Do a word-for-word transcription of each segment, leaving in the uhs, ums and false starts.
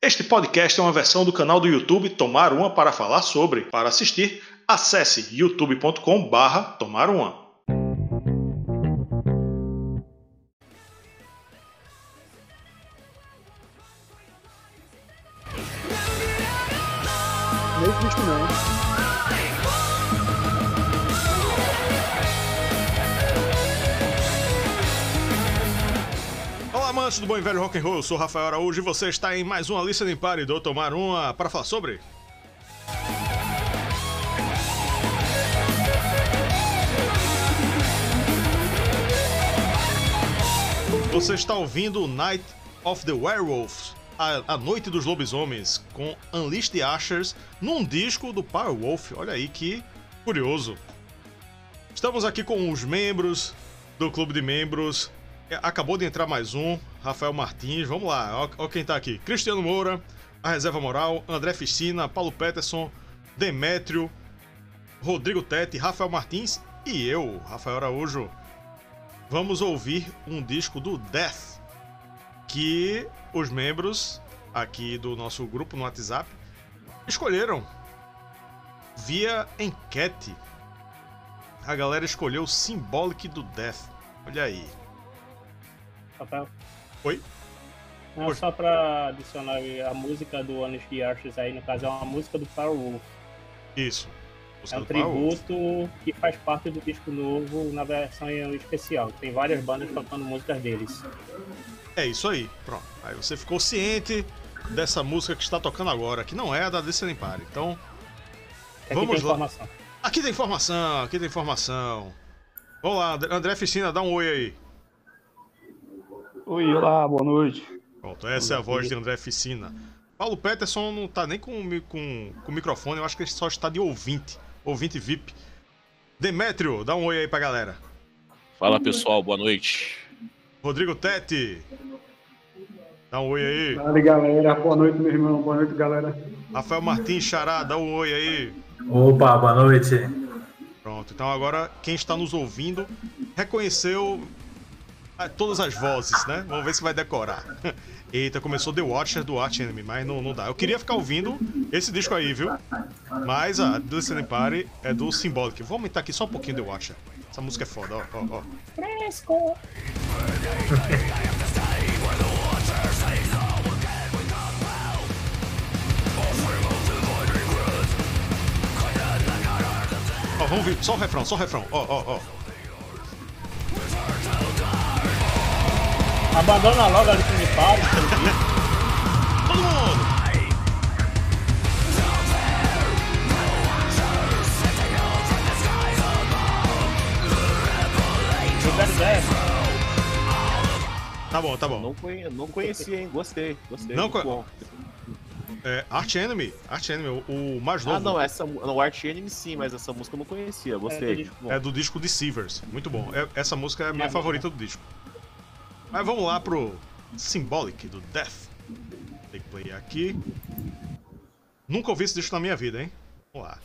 Este podcast é uma versão do canal do YouTube Tomar Uma para falar sobre. Para assistir, acesse youtube ponto com barra tomar uma. Não existe não. Olá, amantes do bom e velho rock and roll, eu sou Rafael Araújo e você está em mais uma Listening Party do Tomar Uma para falar sobre. Você está ouvindo Night of the Werewolves, a, a Noite dos Lobisomens, com Unleash the Ashers, num disco do Powerwolf. Olha aí que curioso. Estamos aqui com os membros do clube de membros. Acabou de entrar mais um, Rafael Martins, vamos lá, ó, ó quem tá aqui. Cristiano Moura, a Reserva Moral, André Ficina, Paulo Peterson, Demétrio, Rodrigo Tete, Rafael Martins e eu, Rafael Araújo. Vamos ouvir um disco do Death, que os membros aqui do nosso grupo no WhatsApp escolheram via enquete. A galera escolheu Symbolic do Death, olha aí. Rafael? Oi? Não, Oi. só pra adicionar a música do Unleash the Ashers aí, no caso é uma música do Powerwolf. Isso. É um tributo que faz parte do disco novo na versão especial. Tem várias bandas tocando músicas deles. É isso aí, pronto. Aí você ficou ciente dessa música que está tocando agora, que não é a da Listening Party. Então, Aqui vamos tem lá. informação. Aqui tem informação, aqui tem informação. Vamos lá, André Ficina, dá um oi aí. Oi, olá, boa noite. Pronto, essa é a voz de André Ficina. Paulo Peterson não tá nem com, com, com o microfone, eu acho que ele só está de ouvinte. Ouvinte V I P. Demétrio, dá um oi aí pra galera. Fala pessoal, boa noite. Rodrigo Tete, dá um oi aí. Fala galera, boa noite meu irmão, boa noite galera. Rafael Martins Xará, dá um oi aí. Opa, boa noite. Pronto, então agora quem está nos ouvindo reconheceu todas as vozes, né? Vamos ver se vai decorar. Eita, começou The Watcher do Arch Enemy, mas não, não dá. Eu queria ficar ouvindo esse disco aí, viu? Mas a Listening Party é do Symbolic. Vou aumentar aqui só um pouquinho The Watcher. Essa música é foda, ó, ó, ó. Fresco! Ó, vamos ver, só o refrão, só o refrão, ó, ó, ó. Abandona logo a Listening Party, pelo visto. Todo mundo! Eu quero dez. Tá bom, tá bom. Não, conhe... não conhecia, hein? Gostei, gostei. Não Muito co- bom. É, Arch Enemy, Arch Enemy, o, o mais novo. Ah, não, essa no Arch Enemy sim, mas essa música eu não conhecia. Gostei. É do disco. Bom. É do disco Deceivers. Muito bom. É- essa música é a minha Minha favorita do disco. Mas vamos lá pro Symbolic do Death. Tem que play aqui. Nunca ouvi esse disco na minha vida, hein? Vamos lá.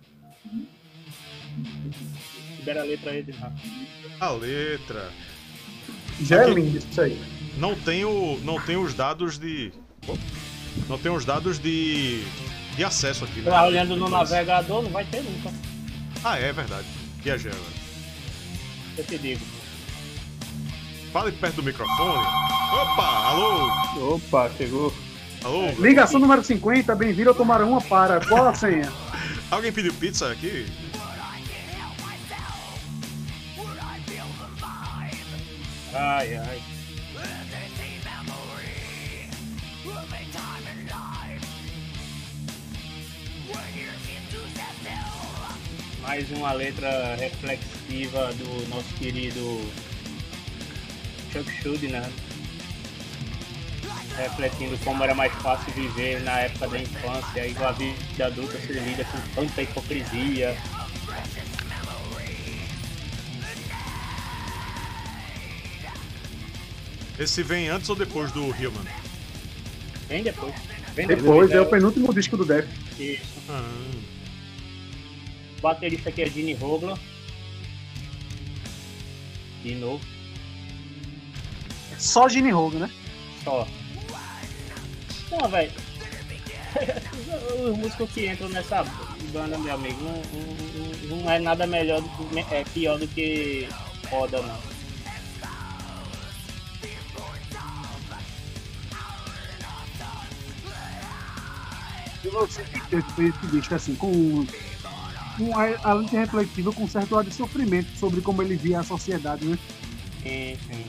Libera a letra aí, Rafa. A letra. Já é Aqui. lindo isso aí. Não tem, o, não tem os dados de. Não tem os dados de. de acesso aqui, né? Tá olhando no navegador, não vai ter nunca. Ah, é verdade. Viajei agora. Eu te digo. Fale perto do microfone. Opa! Alô! Opa, chegou. Alô? Ligação número cinquenta, bem-vindo ao Tomar Uma para. Qual a senha? Alguém pediu pizza aqui? Ai, ai. Mais uma letra reflexiva do nosso querido Chuck Schuldiner, refletindo como era mais fácil viver na época da infância e a vida adulta se lida com tanta hipocrisia. Esse vem antes ou depois do Human? Vem depois. Vem Depois é o é penúltimo disco do Death. Isso. Ah, O baterista aqui é Gene Hoglan. De novo. Só Gene Hogan, né? Só. Não, velho. Os músicos que entram nessa banda, meu amigo, não, não, não é nada melhor do que, é pior do que Oda, não. Eu não sei que texto foi esse disco, assim, com, com a, a lente reflexiva com um certo ar de sofrimento sobre como ele via a sociedade, né? Sim, sim.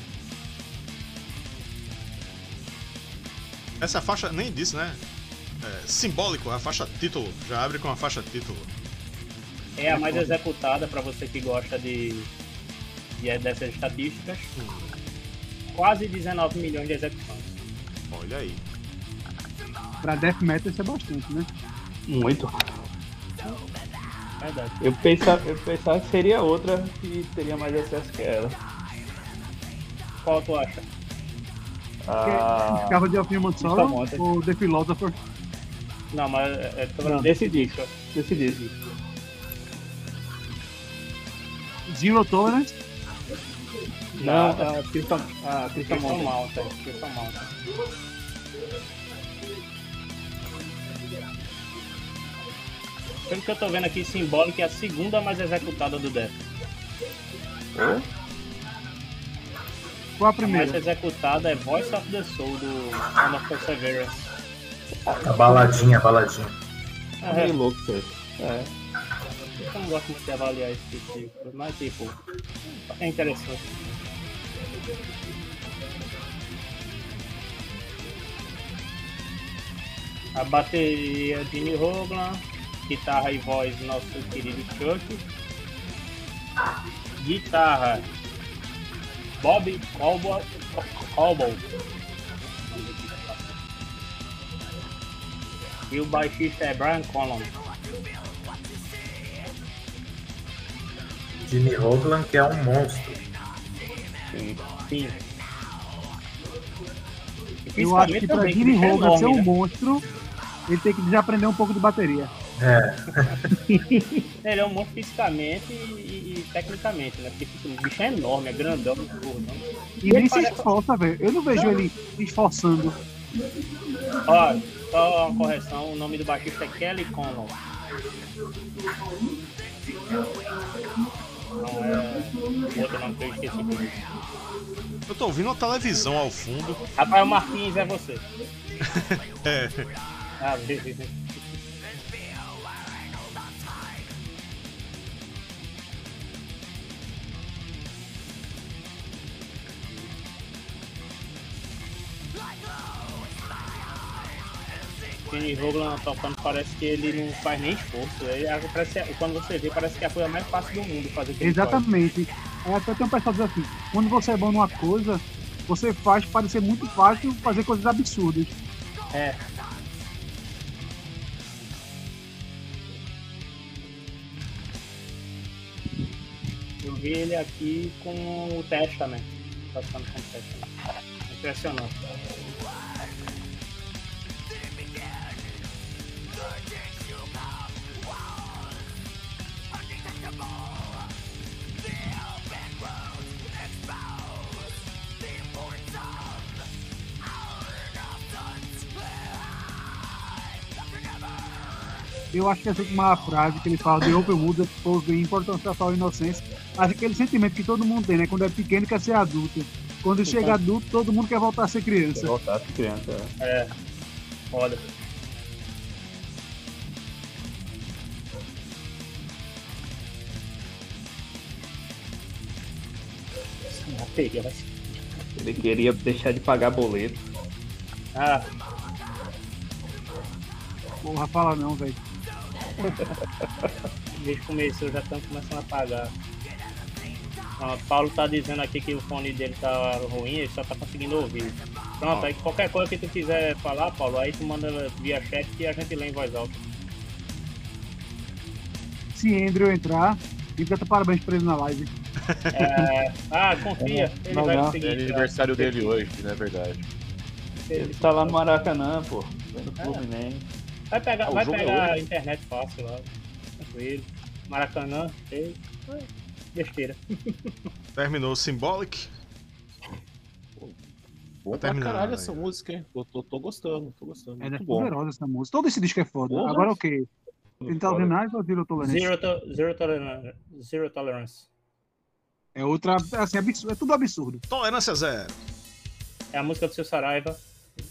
Essa faixa, nem disse, né? É, simbólico, a faixa título. Já abre com a faixa título. É a mais executada pra você que gosta de, de dessas estatísticas. Quase dezenove milhões de execuções. Olha aí. Pra Death Metal isso é bastante, né? Muito. Verdade. Eu pensava, eu pensava que seria outra que teria mais acesso que ela. Qual tu acha? Ah, Ficava de Alfima Crystal Sorrow Mountain. ou The Philosopher? Não, mas é, tô falando Não, desse disco. desse disco. Zero Tolerance? Não, Nada. a Crystal, a Crystal Crystal Mountain. Mountain. Crystal Mountain. Pelo que eu tô vendo aqui, Symbolic é a segunda mais executada do Death. Hã? Qual a A mais primeira? executada é Voice of the Soul do Son of Perseverance. A baladinha, a baladinha. É meio louco isso aí. É. Eu não gosto muito de avaliar esse tipo de coisa, mas tipo, é interessante. A bateria de Jimmy Hoglan, guitarra e voz nosso querido Chuck. Guitarra Bob Colbo, Colbo. E o baixista é Brian Collins. Jimmy Hoglan, que é um monstro. Sim. E Eu acho que pra também, Jimmy bicho é Hogan ser um enorme, né? monstro, ele tem que desaprender um pouco de bateria. É. Ele é um monstro fisicamente e, e- e tecnicamente, né? Porque tipo, o bicho é enorme, é grandão, gordão. E nem se parece- esforça, velho. Eu não vejo ele se esforçando. Ó, só uma correção, o nome do baixista é Kelly Connell. Não é outro nome que eu esqueci por isso. Eu tô ouvindo uma televisão ao fundo. Rafael Martins é você. É. Ah, beleza. Jimmy Hoglan tocando, parece que ele não faz nem esforço. Ele, parece, quando você vê, parece que é a coisa mais fácil do mundo fazer o que ele faz. Exatamente. É, até tem um pessoal que diz assim, quando você é bom numa coisa, você faz parecer muito fácil fazer coisas absurdas. É. Eu vi ele aqui com o Testament. Tocando com o Testament. Impressionante. Eu acho que essa última frase que ele fala de Open Wood expose the importance of our innocence, acho aquele sentimento que todo mundo tem, né? Quando é pequeno quer ser adulto. Quando chega adulto, todo mundo quer voltar a ser criança. Voltar a ser criança. É. É. Foda. Essa bateria vai ser. Ele queria deixar de pagar boleto. Ah, Porra, fala não, velho. desde que começou já estão começando a pagar. Ah, Paulo tá dizendo aqui que o fone dele tá ruim, ele só tá conseguindo ouvir. Pronto, aí qualquer coisa que tu quiser falar, Paulo, aí tu manda via chat que a gente lê em voz alta. Se Andrew entrar, e dá parabéns pra ele na live. É, ah, confia, ele Não, vai não. conseguir. É aniversário dele hoje, não é verdade? Ele tá lá no Maracanã, pô. No Fluminense. Vai pegar, Ah, o vai jogo é pegar hoje? a internet fácil lá. Tranquilo. Maracanã, ei, ai, besteira. Terminou o Symbolic. Pô, Tá pra terminando caralho aí. essa música, hein? Tô, tô, tô gostando, tô gostando. Ela é Muito bom. poderosa essa música. Todo esse disco é foda. Porra. Agora o quê? Tentar Foda. Night ou Zero Tolerance? Zero, to zero, tolerance. Zero Tolerance. É outra, assim, absurdo, é tudo absurdo. Tolerância zero. É a música do seu Saraiva.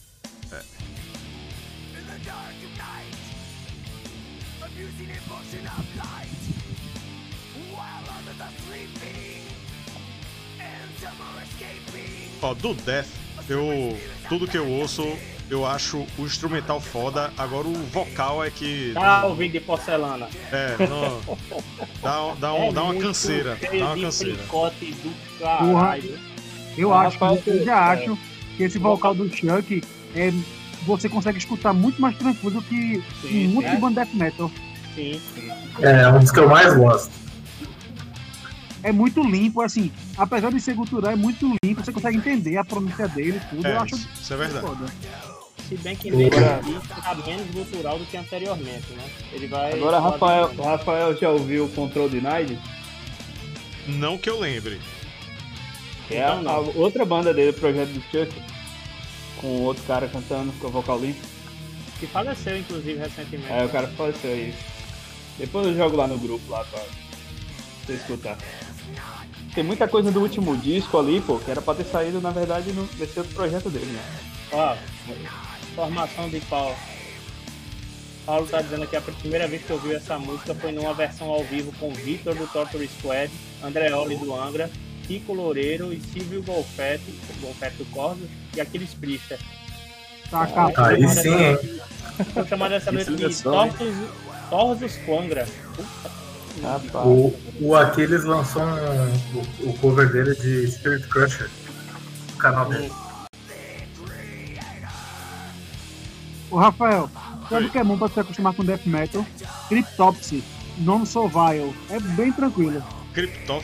Ó, do Death, eu. Tudo que eu ouço, eu acho o instrumental foda. Agora o vocal é que. Tá ouvindo de porcelana. É, não. Dá, dá, um, É dá uma muito canseira. cheio Dá uma de canseira. fricote do caralho. Eu Ah, acho, rapaz, eu já é. acho que esse vocal do Chuck é, você consegue escutar muito mais tranquilo que Sim, em muito é. de banda death metal. Sim, sim. É um dos que eu mais gosto. É muito limpo, assim, apesar de ser cultural, é muito limpo, você consegue entender a pronúncia dele e tudo. É, eu acho isso, isso é verdade. foda. Se bem que Agora- nesse disco tá menos cultural do que anteriormente, né? Ele vai. Agora, Rafael, suavizando. Rafael já ouviu o Control Denied? Não que eu lembre. É a, Então, não. a outra banda dele, o projeto do Chuck, com outro cara cantando com a vocal limpa. Que faleceu, inclusive, recentemente. Aí o cara faleceu aí. Depois eu jogo lá no grupo lá pra você escutar. Tem muita coisa do último disco ali, pô, que era pra ter saído, na verdade, no, nesse outro projeto dele, né? Ó, formação de Paulo. Paulo tá dizendo que a primeira vez que ouviu essa música foi numa versão ao vivo com Vitor do Torture Squad, Andreoli do Angra, Kiko Loureiro e Silvio Golfetti, Golfetti do Cordos e Aquiles Priester. Tá, cara. Aí sim, hein? Foi chamada essa letra de seleção, hein? Tortos, Torsos com Angra. Puta. Rapaz. O, o Aquiles lançou um, o, o cover dele de Spirit Crusher. O canal dele. Ô, Rafael, sabe Oi. o que é bom pra se acostumar com death metal? Cryptopsy, Non Survival. É bem tranquilo. Crypto.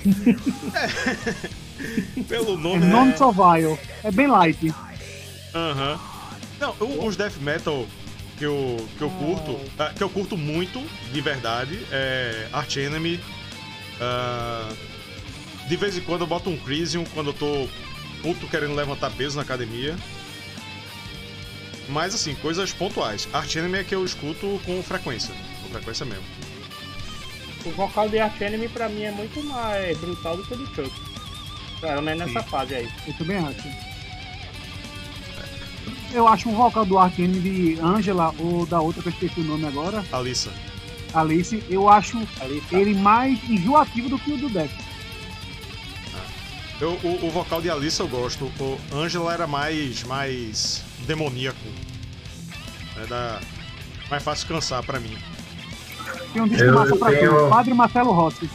É. Pelo É nome, Non né? Survival. É bem light. Aham. Não, o- os death metal que eu, que eu curto, ah, que eu curto muito, de verdade, é Arch Enemy. ah, de vez em quando eu boto um Crisium quando eu tô puto querendo levantar peso na academia. Mas assim, coisas pontuais. Arch Enemy é que eu escuto com frequência. Com frequência mesmo. O vocal de Arch Enemy pra mim é muito mais brutal do que o do Chuck. Pelo menos nessa fase aí. Eu também acho. Eu acho o vocal do Arch Enemy de Angela, ou da outra que eu esqueci o nome agora, Alissa. Alice, eu acho Ali tá. ele mais enjoativo do que o do Death. Eu, o, o vocal de Alissa eu gosto. O Angela era mais, mais demoníaco. É da, mais fácil cansar pra mim. Tem um disco Eu massa pra tenho- tudo, Padre Marcelo Rossi.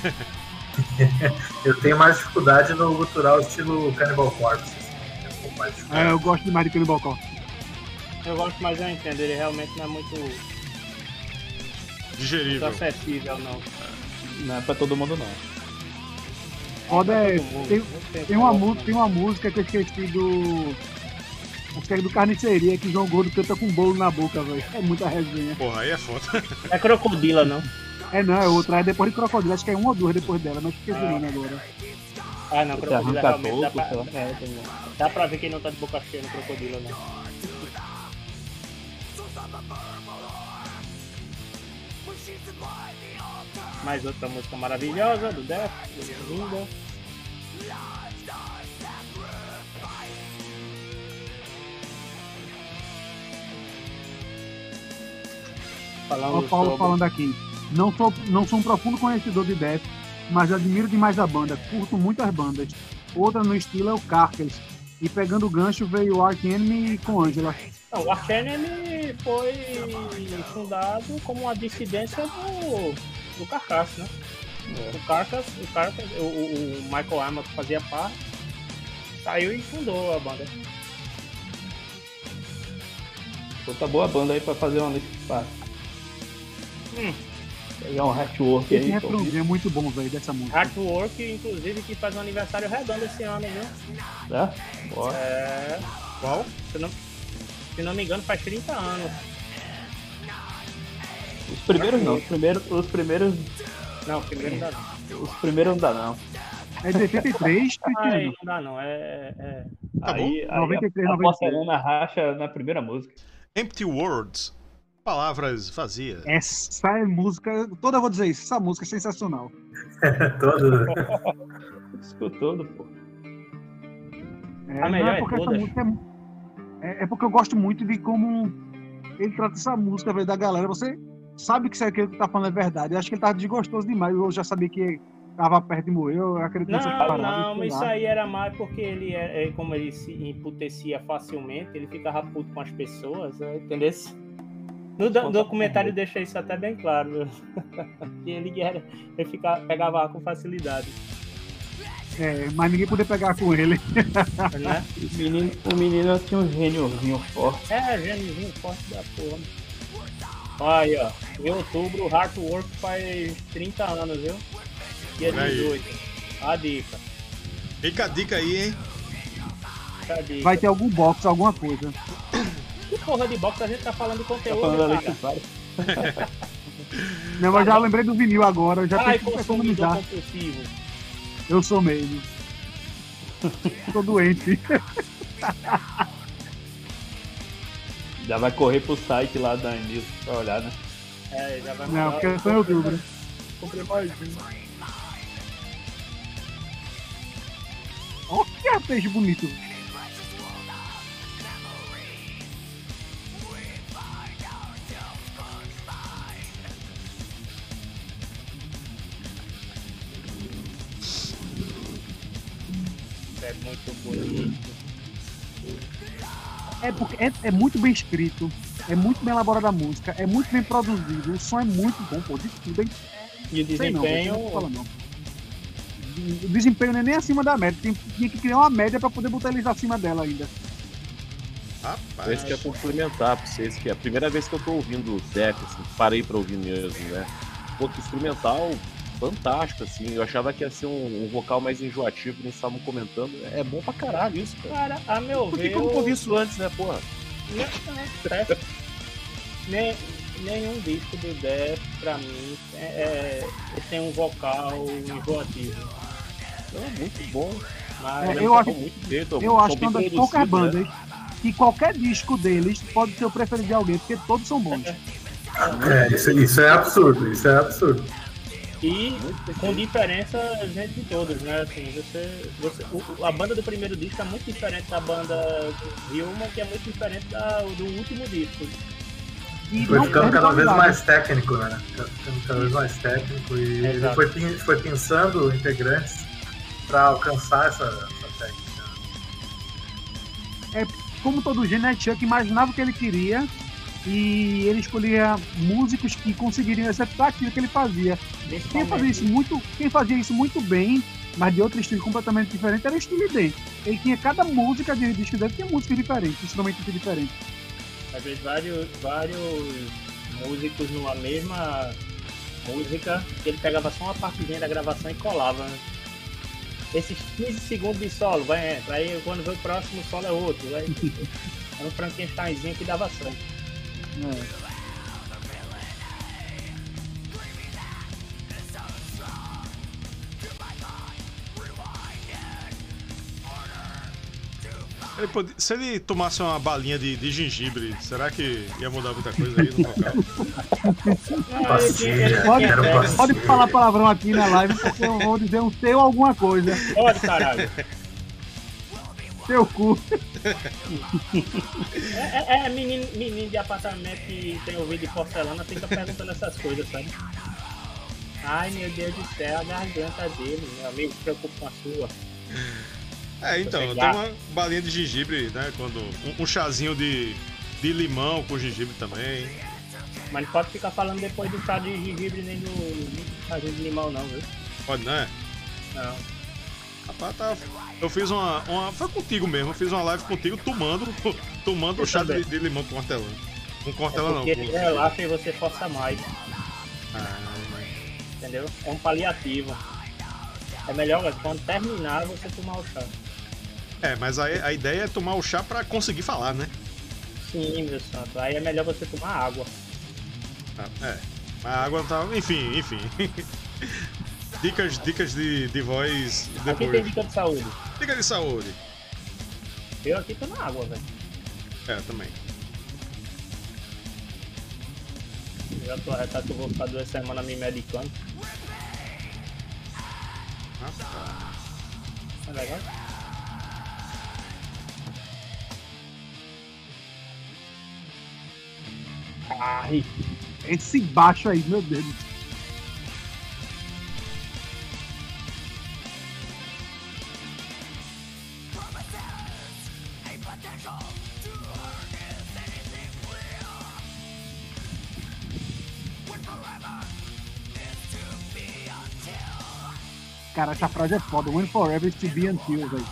Eu tenho mais dificuldade no gutural estilo Cannibal Corpse. Assim. É um pouco mais difícil. É, eu gosto demais de Cannibal Corpse. Eu gosto, mas eu entendo, ele realmente não é muito, muito Digerível. acessível, não. Não é pra todo mundo, não. Foda é. Todo mundo. Tem, Não sei tem, uma, como, mu- não. tem uma música que eu esqueci do. Acho que é do Carniceria, que João Gordo canta com um bolo na boca, velho. É muita resenha. Porra, aí é foda. É crocodila, não? É não, é outra. É depois de Crocodilo. Acho que é uma ou duas depois dela, mas esqueci o Ah. nome agora. Ah, não, Você crocodila arranca realmente dá topo, pra, sei lá. é, tem- dá pra ver quem não tá de boca cheia no crocodilo, não. Mais outra música maravilhosa do Death, linda. Olha Falando o Paulo sobre... falando aqui. Não sou, não sou um profundo conhecedor de Death, mas admiro demais a banda. Curto muitas bandas. Outra no estilo é o Carcass. E pegando o gancho veio o Arch Enemy com Angela. Não, o Arch Enemy foi fundado como uma dissidência do, do Carcass, né? O Carcass, o, Carcass o, o, o Michael Arma, que fazia parte, saiu e fundou a banda. Outra boa banda aí pra fazer uma lista fácil. Hum. Pegar um Hatchwork Esse aí, pô. refrãozinho é muito bom, velho, dessa música. Artwork, inclusive, que faz um aniversário redondo esse ano, viu? Tá? Bora. É, Qual? se, não, se não me engano, faz trinta anos. Os primeiros não, os primeiros, os primeiros, Não, primeiro não dá não. os primeiros não dá não. É de oitenta e três, Ai, Cristiano. não dá não. É, é Tá aí, aí noventa e três, a, a noventa e três. porcelana racha na primeira música. Empty Words. Palavras vazias. Essa é música. Toda eu vou dizer isso. Essa música é sensacional. Todo. Escutou, pô. É, A não melhor é é porque essa todas. música é, é, é porque eu gosto muito de como ele trata essa música, velho, da galera. Você sabe que isso aqui que tá falando é verdade. Eu acho que ele tava desgostoso demais. Eu já sabia que tava perto de morrer. Eu acredito nessas Não, paradas. não, sei mas isso lá. aí era mais porque ele, é, é, como ele se emputecia facilmente, ele ficava puto com as pessoas, é, entendeu? No do- documentário deixa isso até bem claro, que ele, era, ele ficava, pegava com facilidade, É, mas ninguém podia pegar com ele. né? O menino, o menino tinha um gêniozinho forte. É, gêniozinho forte da porra. Olha aí, ó, em outubro, Heartwork faz trinta anos, viu? Dia Olha aí. dezoito. A dica, Fica a dica aí, hein? a dica. Vai ter algum box, alguma coisa. Que porra de box a gente tá falando de Tá conteúdo, falando ali cara? que para. Não, mas já lembrei do vinil agora. Eu já Ai, tenho que consumidor economizar. compulsivo. Eu sou mesmo. Tô doente. Já vai correr pro site lá da Anil pra olhar, né? É, já vai Não, mandar- porque é só em outubro. Comprei mais um. Olha que peixe bonito. É muito bonito. É porque é, é muito bem escrito, é muito bem elaborada a música, é muito bem produzido, o som é muito bom, pô, de tudo, hein? E o Sei não, desempenho. não fala não. O desempenho não é nem acima da média, tem, tinha que criar uma média pra poder botar eles acima dela ainda. Rapaz. Esse que é complementar pra vocês, que é a primeira vez que eu tô ouvindo o Deck, assim, parei pra ouvir mesmo, né? Pô, que instrumental fantástico, assim. Eu achava que ia ser um, um vocal mais enjoativo, que eles estavam comentando. É bom pra caralho isso, cara. Cara, a meu Por que, ver. que eu não eu- ouvi isso antes, né, porra? Não, não, presta. Nem, nenhum disco do Death, pra mim, é, é, tem um vocal enjoativo. É muito bom. Mas É, eu acho- muito feito, Eu são acho que é bem uma das poucas produzidos, né? bandas que qualquer disco deles pode ser o preferido de alguém, porque todos são bons. É, isso, isso é absurdo, isso é absurdo. E com diferença entre todos, né? Assim, você, você, o- a banda do primeiro disco é muito diferente da banda do Human, que é muito diferente da, do último disco. E Foi não ficando perde cada vez qualidade. mais técnico, né? Foi ficando cada vez mais técnico e ele Exato. foi, pen- foi pensando integrantes para alcançar essa, essa técnica. Como todo gênio, né, Chuck imaginava o que ele queria e ele escolhia músicos que conseguiriam executar aquilo que ele fazia. Quem fazia isso muito, quem fazia isso muito bem, mas de outro estilo completamente diferente, era o Steely Dan. Ele tinha cada música de disco dele tinha músicas diferentes, instrumentos diferentes. Às vezes vários, vários músicos numa mesma música, que ele pegava só uma partezinha da gravação e colava, né? Esses quinze segundos de solo, vai entrar, aí quando vem o próximo solo é outro. Vai... Era um Frankensteinzinho que dava certo. É. Ele pode- se ele tomasse uma balinha de, de gengibre, será que ia mudar muita coisa aí no vocal? Não, ele tinha- ele Pode- tinha era técnica. pode- Pode falar palavrão aqui na live, porque eu vou dizer um seu alguma coisa. Pode, caralho. Seu cu. É, é- é menino, menino de apartamento que tem ouvido de porcelana, fica perguntando essas coisas, sabe? Ai, meu Deus do céu, a garganta dele, meu amigo, se preocupa com a sua. É, então, tem pegar. uma balinha de gengibre, né? Quando, um, um chazinho de, de limão com gengibre também. Mas não pode ficar falando depois do chá de gengibre nem do, nem do chá de limão, não, viu? Pode, né? Não. Rapaz, tá, eu fiz uma, uma. Foi contigo mesmo, eu fiz uma live contigo tomando, tomando o chá de, também. de limão com hortelã. Com É hortelã não, porque com. ele relaxa e você força mais, Ah, entendeu? É um paliativo. É melhor quando terminar você tomar o chá. é, mas a, a ideia é tomar o chá pra conseguir falar, né? Sim, meu santo. Aí é melhor você tomar água. Ah, é. A água tá. Enfim, enfim. dicas, dicas de, de voz Aqui tem depois. dica de saúde. Dica de saúde. Eu aqui tô na água, velho. É, também. Já tô arretado que eu vou ficar duas semanas me medicando. Rapaz. É legal? Ai, esse baixo aí, meu Deus. Cara, essa frase é foda. When forever is to be until, velho.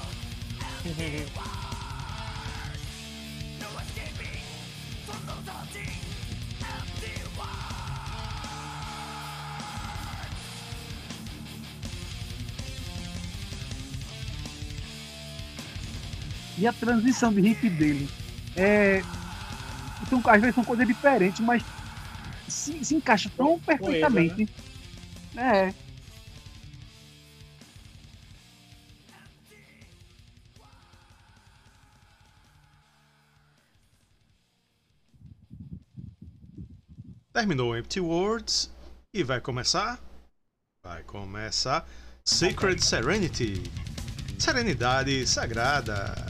E a transição de riff dele é. Então, às vezes são coisas diferentes, mas se, se encaixa tão perfeitamente. É. Terminou o Empty Words e vai começar? Vai começar Sacred Serenity. Serenidade Sagrada.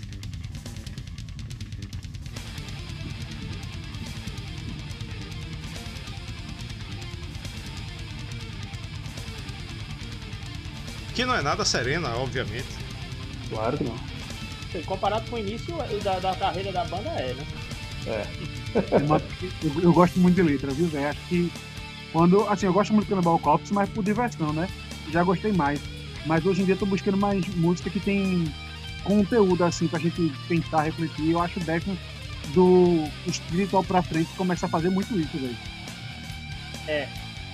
Que não é nada serena, obviamente. Claro que não. Comparado com o início da, da carreira da banda, é, né? É. Uma- eu, eu gosto muito de letra, viu, velho? Acho que quando. Assim, eu gosto muito do Cannibal Corpse, mas por diversão, né? Já gostei mais. Mas hoje em dia eu tô buscando mais música que tem conteúdo, assim, pra gente pensar, refletir. Eu acho o Death do espiritual pra frente começa a fazer muito isso, velho. É.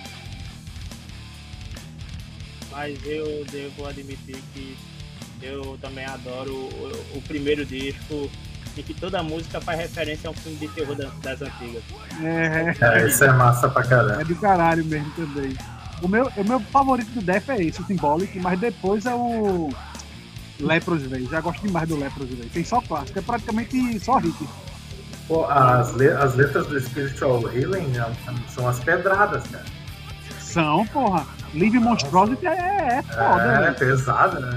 Mas eu devo admitir que eu também adoro o, o primeiro disco em que toda a música faz referência a um filme de terror das, das antigas. É, É, isso é massa pra caralho. é do caralho mesmo também. O meu, o meu favorito do Death é esse, o Symbolic, mas depois é o Leprosy, velho. Já gosto demais do Leprosy, velho. Tem só clássico, é praticamente só hit. Pô, as, le- as letras do Spiritual Healing é- são as pedradas, cara. São, porra. Live Monstrosity é, é foda, É, é velho. pesado, né?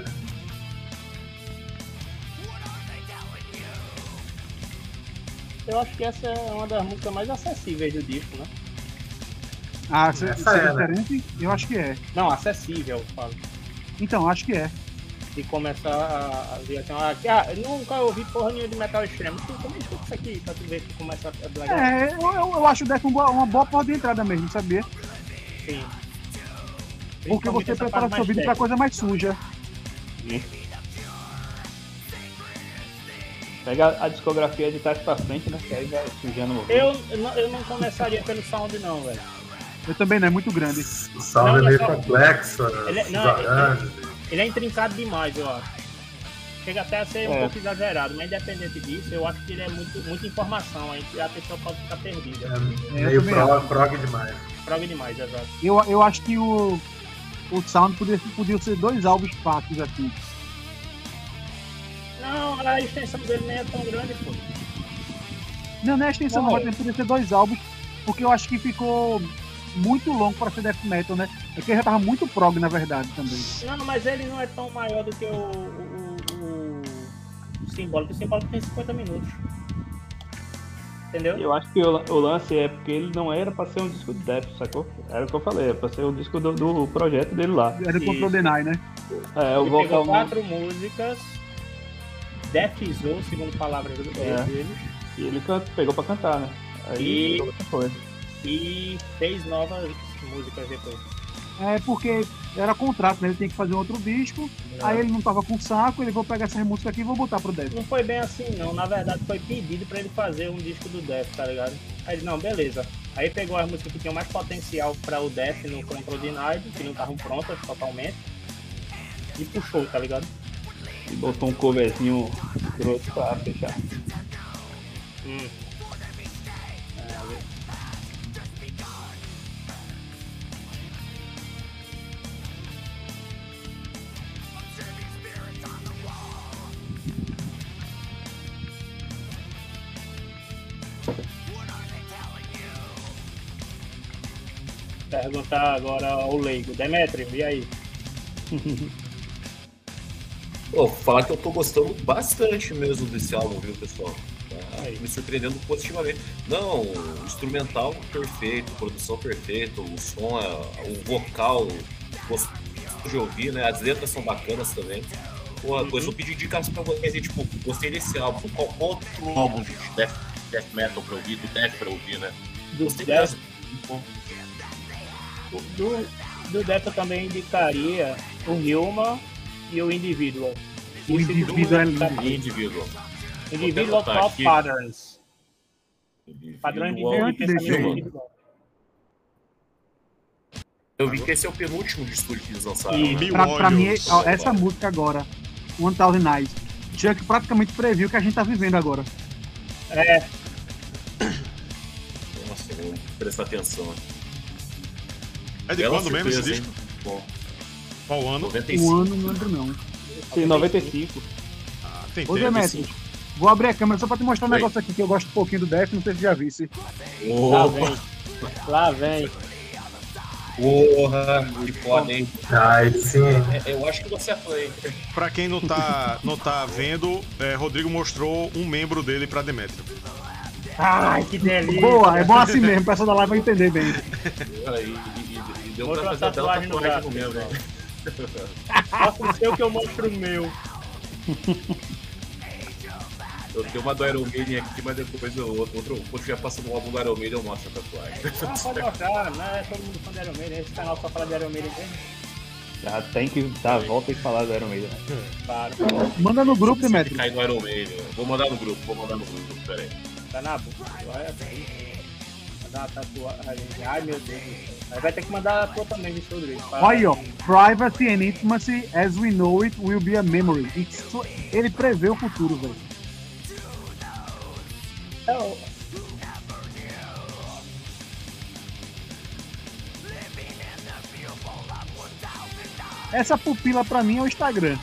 Eu acho que essa é uma das músicas mais acessíveis do disco, né? Ah, se, Essa se é, é né? diferente, eu acho que é. Não, acessível, eu falo. Então, acho que é. E começar a, a ver assim, ah, ah, eu nunca ouvi porra nenhuma de metal extremo. Tu também escuta isso aqui pra tu ver que começa a legal. É, eu, eu, eu acho o Death uma boa, uma boa porta de entrada mesmo, sabia? Sim. Porque você essa prepara parte seu vídeo pra mais coisa mais suja. Pega a discografia de trás pra frente, né? Que aí vai sujando o técnica. Eu, eu, não, eu não começaria pelo sound não, velho. Eu também não, é muito grande. O sound Não, é ele é meio só- complexo, ele é- os não, ele- arranjos. Ele é intrincado demais, eu acho. Chega até a ser um É. pouco exagerado, mas independente disso, eu acho que ele é muito, muita informação, aí a pessoa pode ficar perdida. É eu meio também pro, acho. prog demais. Prog demais, exato. Eu, eu acho que o, o Sound podia, podia ser dois álbuns fáceis assim. Não, a extensão dele nem é tão grande, pô. Não, não é extensão, Não, não, é. mas podia ser dois álbuns, porque eu acho que ficou muito longo para ser death metal, né? É que ele já tava muito prog, na verdade, também. Não, mas ele não é tão maior do que o, o, o, o Symbolic. O Symbolic tem cinquenta minutos. Entendeu? Eu acho que o, o lance é porque ele não era pra ser um disco de Death, sacou? Era o que eu falei, era pra ser um disco do, do projeto dele lá. Era Isso. Control Deny, né? É, o Ele vocal. pegou quatro músicas, deathizou, segundo palavras do- É. deles, E ele can- pegou pra cantar, né? Aí E- outra coisa. e fez novas músicas depois. É porque era contrato, né? Ele tinha que fazer outro disco, Não. aí ele não tava com saco, ele vou pegar essas músicas aqui e vou botar pro Death. Não foi bem assim, não. Na verdade, foi pedido pra ele fazer um disco do Death, tá ligado? Aí ele, não, beleza. Aí pegou as músicas que tinham mais potencial pra o Death no Control Denied, que não estavam prontas totalmente, e puxou, tá ligado? E botou um coverzinho grosso pra fechar. Hum. É, Perguntar agora ao leigo. Demetrio, e aí? Pô, falar que eu tô gostando bastante mesmo desse álbum, viu, pessoal? Tá Aí. me surpreendendo positivamente. Não, o instrumental perfeito, produção perfeita, o som, é- o vocal, gostoso de ouvir, né? As letras são bacanas também. Pô, Uhum. depois eu pedi indicação pra vocês, e, tipo, gostei desse álbum. Qual outro álbum de death, death metal pra ouvir, do death pra ouvir, né? Do Gostei Death, mesmo. do, do Death eu também indicaria o Human e o Individual. O Esse Individual é do- lindo. Individual. Individual Vou até Top anotar aqui. Patterns. Padrão de Individual. de pensamento Human. individual. Eu vi que esse é o penúltimo de estúdio que eles lançaram. E né? Mil Pra, pra mim, olhos. ó, essa música agora, One Thousand Eyes, Chuck praticamente previu o que a gente tá vivendo agora. É, Nossa, eu vou prestar atenção. É de Bela quando mesmo esse surpresa, disco? hein? Bom, Qual ano? noventa e Um cinco. ano, não lembro não. Sim, noventa e cinco. Ah, tem Ô, tempo. Demetrio, vou abrir a câmera só pra te mostrar um Oi. negócio aqui que eu gosto um pouquinho do Def, não sei se já visse. lá Opa, vem. Lá vem. porra, que foda, hein? Ai, sim. É, eu acho que você é fã, hein? Pra quem não tá, não tá vendo, é, Rodrigo mostrou um membro dele pra Demetrio. Ai, que delícia. Boa, é bom assim mesmo, o pessoal da live vai entender bem. E, e- e- e deu Mostra pra a fazer até uma tatuagem no tatuagem no braço, meu, né? Mostra o seu que eu mostro o meu. Eu tenho uma do Iron Maiden aqui, mas depois eu, outro, quando estiver passando o álbum do Iron Maiden, eu mostro a tatuagem. Ah, pode mostrar, não é todo mundo fã de Iron Maiden, esse canal só fala de Iron Maiden mesmo. Já tem que dar a volta e falar do Iron Maiden. Para, Manda no grupo, Se Demetrio. cair no Iron Maiden. Vou mandar no grupo, vou mandar no grupo, peraí. tá na boca. Olha aí. Mandar uma tatuagem. Ai, meu Deus do céu. Aí vai ter que mandar a tua também, Vitor Rodrigues. Olha aí, ó. Privacy and intimacy as we know it will be a memory. Isso, ele prevê o futuro, velho. É, o- Essa pupila pra mim é o Instagram.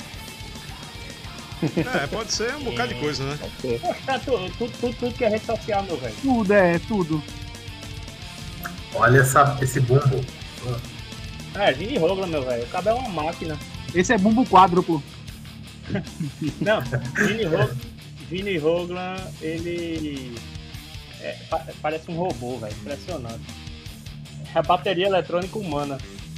É, pode ser um bocado de coisa, né? Tá tudo, tudo, tudo, tudo que é rede social, meu velho. Tudo, é, tudo. Olha essa, esse bumbo. É, Gini Hoglan, meu velho. O cabo é uma máquina. Esse é bumbo quádruplo. Não, Gini Hoglan, Gini Hoglan, ele é, pa- parece um robô, velho. Impressionante. É a bateria eletrônica humana.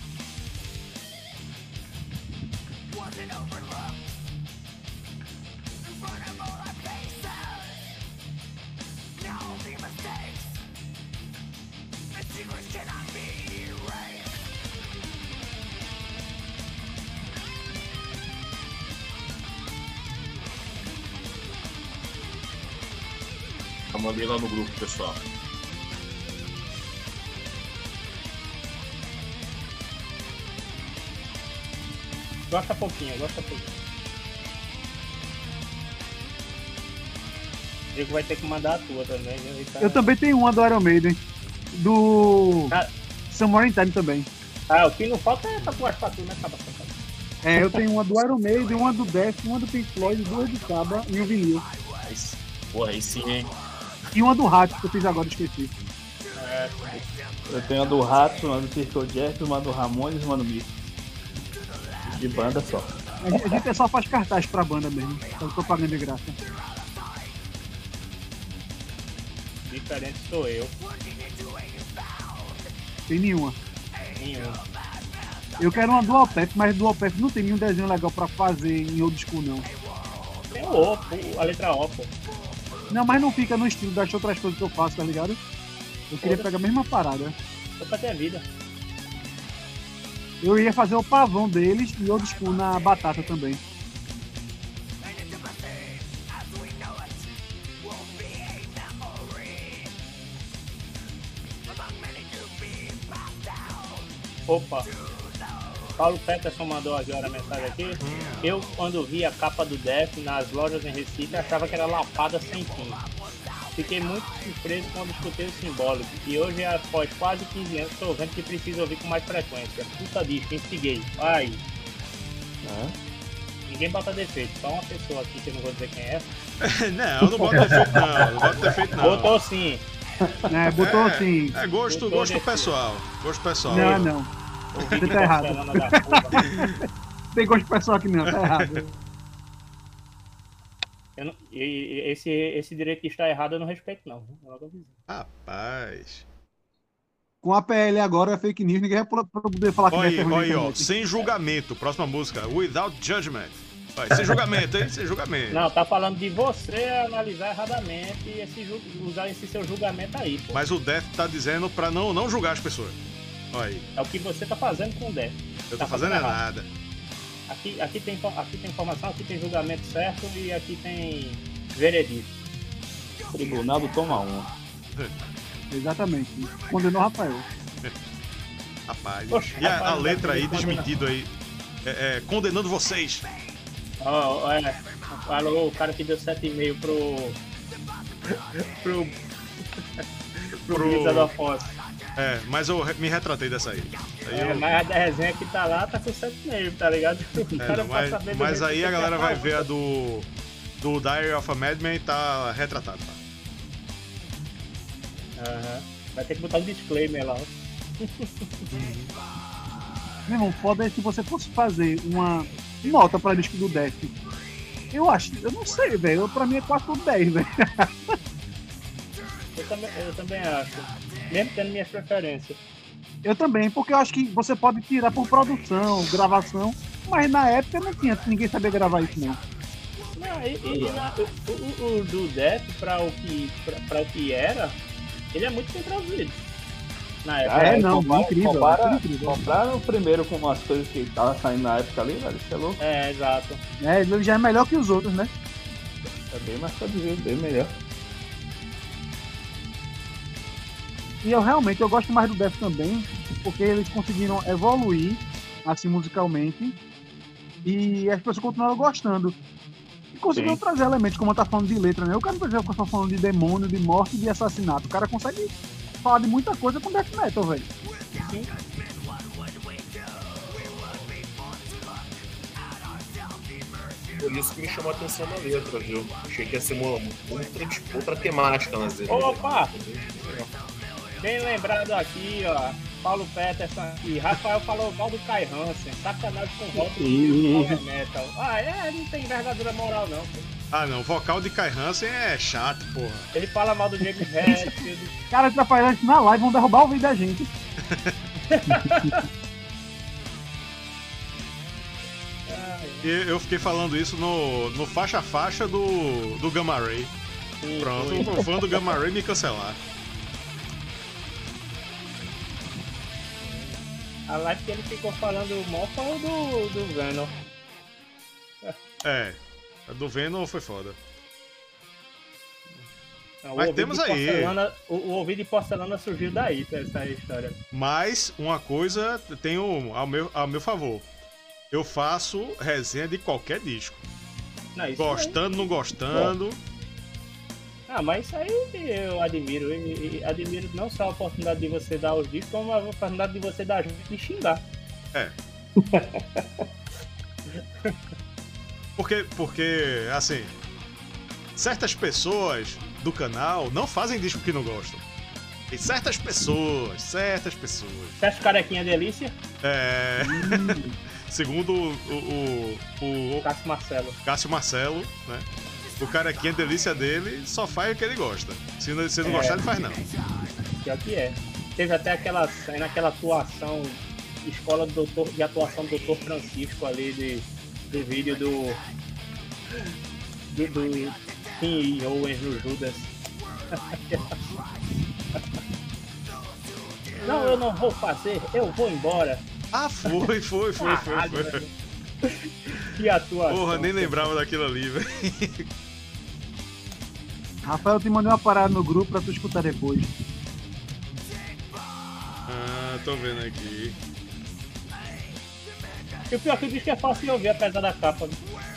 Eu mandei lá no grupo, pessoal. Gosta pouquinho, gosta pouquinho. Diego vai ter que mandar a tua também, viu? Ele tá- Eu também tenho uma do Iron Maiden. Do Ah. Somewhere in Time também. Ah, o que não falta é tatuagem pra tu, né, Caba? É, eu tenho uma do Iron Maiden, uma do Death, uma do Pink Floyd, duas do Saba e um vinil. Mas, porra, aí sim, hein? E uma do Rato, que eu fiz agora, esqueci. Eu tenho a do Rato, uma do Circle Jerks, uma do Ramones e uma do Mito. De banda só. A gente, a gente só faz cartaz pra banda mesmo. Faz propaganda de graça. Diferente sou eu. Tem nenhuma. Nenhum. Eu quero uma Dual Path, mas Dual Path não tem nenhum desenho legal pra fazer em old school, não. Tem o O, pô, a letra O, pô. Não, mas não fica no estilo das outras coisas que eu faço, tá ligado? Eu queria pegar a mesma parada. Só pra ter vida. Eu ia fazer o pavão deles e old school na batata também. Opa. Paulo Peterson mandou agora a mensagem aqui. Eu, quando vi a capa do Def nas lojas em Recife, achava que era lapada sem fim. Fiquei muito surpreso quando escutei o simbólico. E hoje, após quase quinze anos, estou vendo que preciso ouvir com mais frequência. Puta disco, instiguei. Ai, ninguém bota defeito. Só uma pessoa aqui que eu não vou dizer quem é. Não, não bota defeito não, não bota defeito não. Botou sim. É, botou é, assim. É gosto, Botou gosto desse- pessoal. Gosto pessoal. Não, não. O Você vídeo tá errado. porcelana da porra. Tem gosto pessoal aqui não, tá errado. Eu não- e- e- esse, esse direito que está errado eu não respeito, não. Logo avisando. Rapaz. Com a P L agora é fake news, ninguém vai pro- pro poder falar que Olha não é aí, terror na olha aí, ó. internet. Sem julgamento. Próxima música. Without Judgment. Vai, sem julgamento, hein? Sem julgamento. Não, tá falando de você analisar erradamente e esse, ju- usar esse seu julgamento aí, pô. Mas o Death tá dizendo pra não, não julgar as pessoas. Olha aí. É o que você tá fazendo com o Death. Eu Tá tô fazendo é errado. nada. Aqui, aqui, tem, info- aqui tem informação, aqui tem julgamento certo e aqui tem veredito. Tribunal do Toma um. Exatamente. Condenou o Rafael. Rapaz. Oxe, E a, rapaz, a letra aí, vai ter que desmentido aí. É, é, condenando vocês. Ó, ó, é, falou o cara que deu sete e meio pro. pro. pro Pro- Brisa do Afonso. É, mas eu re- me retratei dessa aí. Aí É, eu- mas a resenha que tá lá tá com sete e meio, tá ligado? O é, cara não, pra mas saber do mas jeito aí que a você galera quer vai falar. ver a do. Do Diary of a Madman tá retratado, tá? Aham. Vai ter que botar um disclaimer lá. Meu irmão, foda é se você fosse fazer uma nota pra disco do Death. Eu acho, eu não sei, velho. Pra mim é quatro dez, velho. Eu também, eu também acho. Mesmo tendo minhas preferências. Eu também, porque eu acho que você pode tirar por produção, gravação, mas na época não tinha, ninguém sabia gravar isso não. Não, e, e na- o, o, o do Death, pra o, que, pra, pra o que era, ele é muito bem traduzido. Na época. É, não, compara, incrível, Compara, é incrível. Comparar o primeiro com umas coisas que tava saindo na época ali, velho. Isso é louco. É, exato. É, ele já é melhor que os outros, né? É bem mais traduzido, bem melhor. E eu realmente eu gosto mais do Death também, porque eles conseguiram evoluir assim musicalmente e as pessoas continuaram gostando. E conseguiram Sim. trazer elementos, como eu tá falando de letra, né? O cara não precisa ficar só falando de demônio, de morte e de assassinato. O cara consegue falar de muita coisa com Death Metal, velho. Por isso que me chamou a atenção na letra, viu? Achei que ia ser uma outra, outra temática nas letras. Opa! Bem lembrado aqui, ó. Paulo Peterson aqui. Rafael falou mal do Kai Hansen. Sacanagem com o voto do Power Metal. Ah, é? Não tem verdadeira moral, não. Pô. Ah, não. O vocal de Kai Hansen é chato, porra. Ele fala mal do James Hetfield. Cara, atrapalhando na live, vão derrubar o vídeo da gente. E eu fiquei falando isso no, no faixa a faixa do, do Gamma Ray. Sim, Pronto, foi. o fã do Gamma Ray me cancelar. A live que ele ficou falando mal foi o do, do Venom. É, a do Venom foi foda. Não, o Mas ouvido temos de aí. porcelana- O, o ouvido de porcelana surgiu daí, essa história. Mas uma coisa tenho ao meu, ao meu favor. Eu faço resenha de qualquer disco. Não, isso Gostando, não gostando. aí- Ah, mas isso aí eu admiro. E, e admiro não só a oportunidade de você dar os discos, como a oportunidade de você dar junto e xingar. É. Porque, porque, assim, certas pessoas do canal não fazem disco que não gostam. Tem certas pessoas, certas pessoas. Você acha carequinha delícia? É. Segundo o, o, o, o Cássio Marcelo. Cássio Marcelo, né? O carequinha delícia dele só faz o que ele gosta. Se não, se não É. gostar, ele faz não. Pior que é. Teve até aquela cena, aquela atuação, escola do doutor, de atuação do doutor Francisco ali, de, do vídeo do. do. do Tim e Owens no Judas. Não, eu não vou fazer, eu vou embora. Ah, foi, foi, foi, foi, Caralho, foi. velho. Que atuação. Porra, nem lembrava daquilo ali, velho. Rafael, eu te mandei uma parada no grupo pra tu escutar depois. Ah, tô vendo aqui. E o pior que o disco é fácil de ouvir, apesar da capa.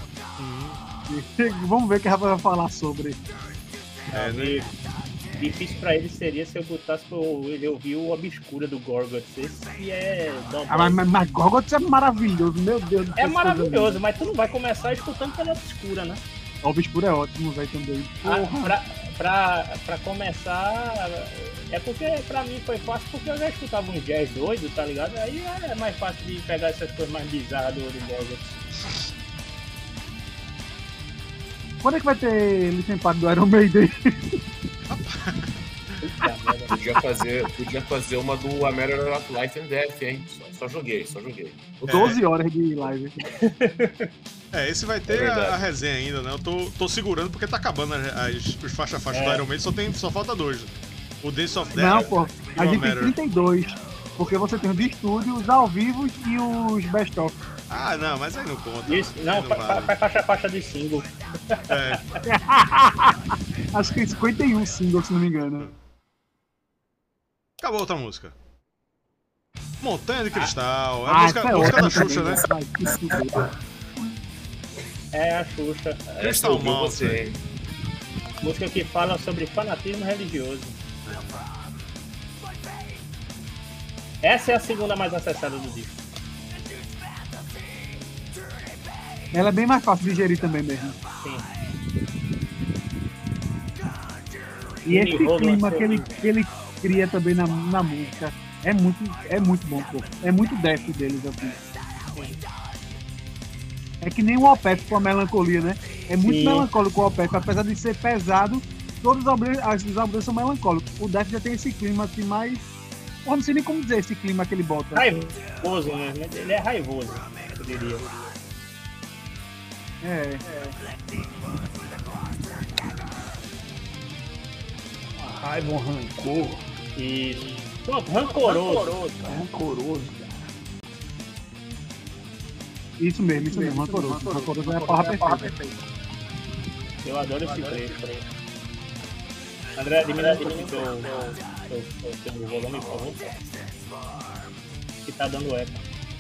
Vamos ver o que o Rafael vai falar sobre. É, né? E difícil pra ele seria se eu botasse pra ele ouvir o Obscura do Gorgoth. Esse é dodói. Ah, mas, mas, mas Gorgoth é maravilhoso, meu Deus do céu. É maravilhoso, mas tu não vai começar escutando pela Obscura, né? Obscuro é ótimo, velho, também. Ah, pra, pra, pra começar, é porque pra mim foi fácil porque eu já escutava um jazz doido, tá ligado? Aí é mais fácil de pegar essas coisas mais bizarras do, do jazz. Quando é que vai ter licenciado do Iron Maiden? Podia fazer, podia fazer uma do American of Life and Death, hein? Só, só joguei, só joguei. doze horas de live. É, esse vai ter É a, a resenha ainda, né? Eu tô, tô segurando porque tá acabando as, as- os faixa-faixa É. do Iron Maiden, só, tem, só falta dois. O Dance of Death Não, pô, e a o gente tem Matter. trinta e dois. Porque você tem os de estúdio, os ao vivo e os best-of. Ah, não, mas aí não conta. Isso, Aí não, fa- vale. fa- faz faixa faixa de single. É. Acho que tem cinquenta e um singles, se não me engano. Acabou outra música. Montanha de Cristal. É a Ah, música, essa é música da ótima Xuxa, também, né? vai, que se fuder. É a Xuxa. Crystal ouviu Mountain. você, hein? Música que fala sobre fanatismo religioso. Essa é a segunda mais acessada do disco. Ela é bem mais fácil de digerir também mesmo. Sim. E esse Jimmy Hogan, clima seu que ele, amigo. que ele cria também na, na música é muito, é muito bom, pô. É muito death deles, assim. É que nem o Opeth com a melancolia, né? É muito Sim. melancólico o Opeth, apesar de ser pesado, todos os álbuns, as- os álbuns são melancólicos. O Death já tem esse clima assim mais. Pô, não sei nem como dizer esse clima que ele bota. Raivoso mesmo. Ele é raivoso, eu diria. É. Raiva, um rancor. E. Pronto, rancoroso. Rancoroso. Isso mesmo, isso mesmo, rancoroso. Rancoroso é a palavra perfeita. Eu adoro esse trecho. André, diminui um pouquinho teu, teu, teu, teu volume, por favor. Que tá dando eco.